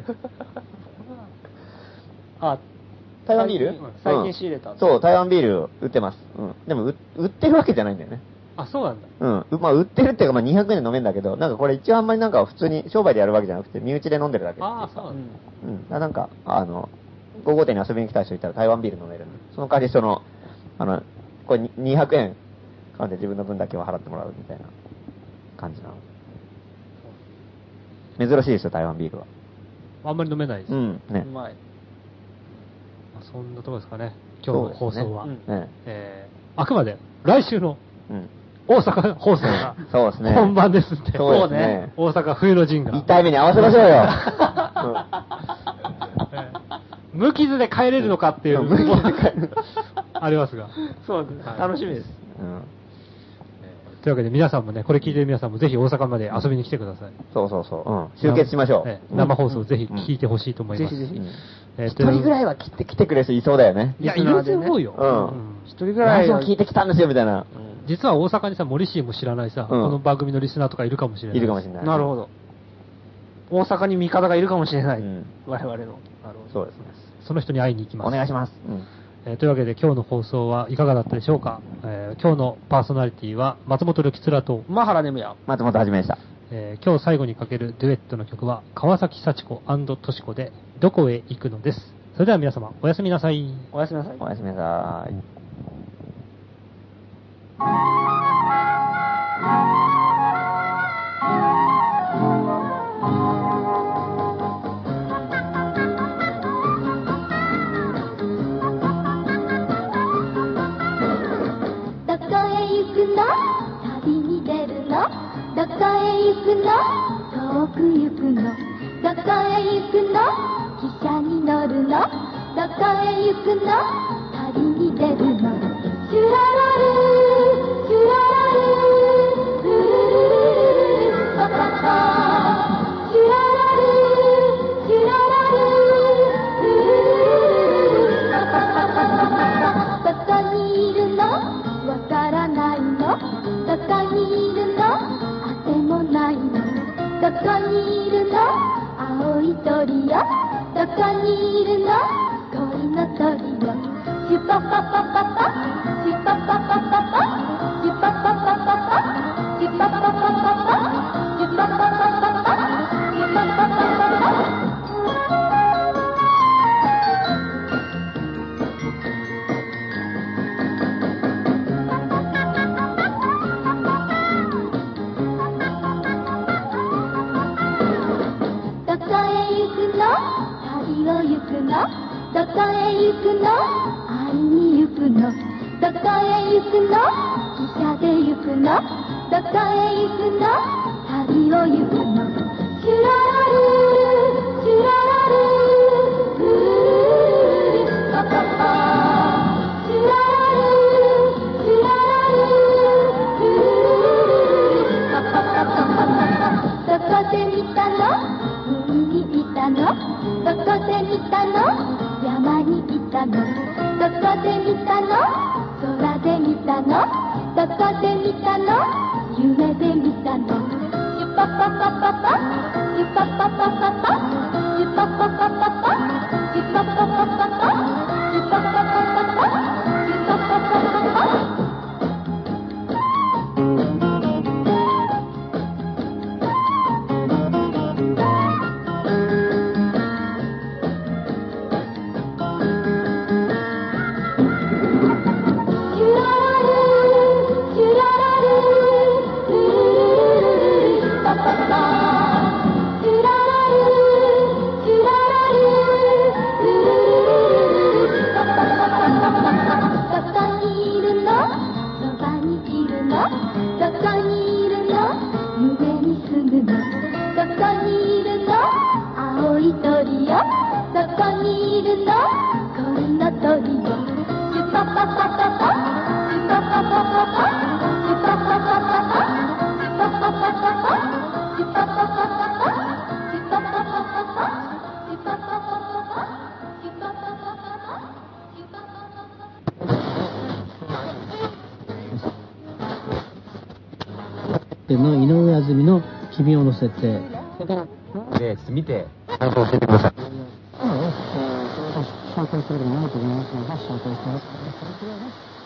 Speaker 4: 台湾ビール
Speaker 6: 最近仕入れた。
Speaker 4: そう、台湾ビール売ってます。でも、売ってるわけじゃないんだよね。
Speaker 3: あ、そうなんだ。
Speaker 4: まあ、売ってるっていうか、まあ、200円で飲めるんだけど、なんかこれ一応あんまりなんか普通に商売でやるわけじゃなくて、身内で飲んでるだけ。
Speaker 3: ああ、そうなんだ。
Speaker 4: なんか、5号店に遊びに来た人いたら台湾ビール飲めるんで、その代わりこれ200円買うんで自分の分だけは払ってもらうみたいな感じなの。珍しいですよ、台湾ビールは。
Speaker 3: あんまり飲めないです。
Speaker 4: ね。
Speaker 6: うまい。
Speaker 3: そんなところですかね、今日の放送は。
Speaker 4: ね
Speaker 3: あくまで来週の大阪放送が
Speaker 4: そうですね。
Speaker 3: 本番ですって。
Speaker 4: そうですね。
Speaker 3: 大阪冬の陣が。
Speaker 4: 痛い目に合わせましょうよ。
Speaker 3: 無傷で帰れるのかっていう、ありますが。
Speaker 6: そうですね。楽しみです。
Speaker 3: というわけで皆さんもね、これ聞いてる皆さんもぜひ大阪まで遊びに来てください。
Speaker 4: そう。集結しましょう。
Speaker 3: 生放送ぜひ聞いてほしいと思います。
Speaker 6: ぜひぜひ。
Speaker 4: 一人ぐらいは来てくれる人いそうだよね。
Speaker 3: いや、いると思うよ。
Speaker 6: 一人ぐらい
Speaker 4: は聞いてきたんですよ、みたいな。
Speaker 3: 実は大阪にさ、森氏も知らないさ、この番組のリスナーとかいるかもしれない。
Speaker 4: いるかもしれない。
Speaker 6: なるほど。大阪に味方がいるかもしれない。我々の。なるほど。
Speaker 4: そうですね。
Speaker 3: その人に会いに行きます。
Speaker 4: お願いします。
Speaker 3: というわけで今日の放送はいかがだったでしょうか。今日のパーソナリティは松本るきつらと
Speaker 6: マハラネムヤ
Speaker 4: 松本はじめでした。
Speaker 3: 今日最後にかけるデュエットの曲は川崎幸子&とし子でどこへ行くのです。それでは皆様おやすみなさい。
Speaker 6: おやすみなさい。
Speaker 4: おやすみなさい。
Speaker 7: 旅に出るのどこへ行くの遠く行くのどこへ行くの汽車に乗るのどこへ行くの旅に出るのシュララルシュララルルルルルルパパパシュララルシュララルルルルルルパパパパパパパパパパにこにいるの恋の鳥よシュパパパパパシュパパパパパシュパパパパパシュパパパパパシュパパパパパシュパパパパパどこへ行くの会いに行くのどこへ行くの汽車で行くのどこへ行くの旅を行くのシュララルシュララルルルルパパパシュララルシュララルルルルパパパパパパどこで見たの海にいたのどこで見たの山にいたのどこで見たの空で見たのどこで見たの夢で見たのシュパパパパパシュパパパパパシュパパパパパシュパパパパパシュパパパパパシュパパパパパ
Speaker 8: の井上あずみの君を乗せて
Speaker 4: で見て感想を教えてください。
Speaker 8: 紹介するのもないと思いますので紹介してます。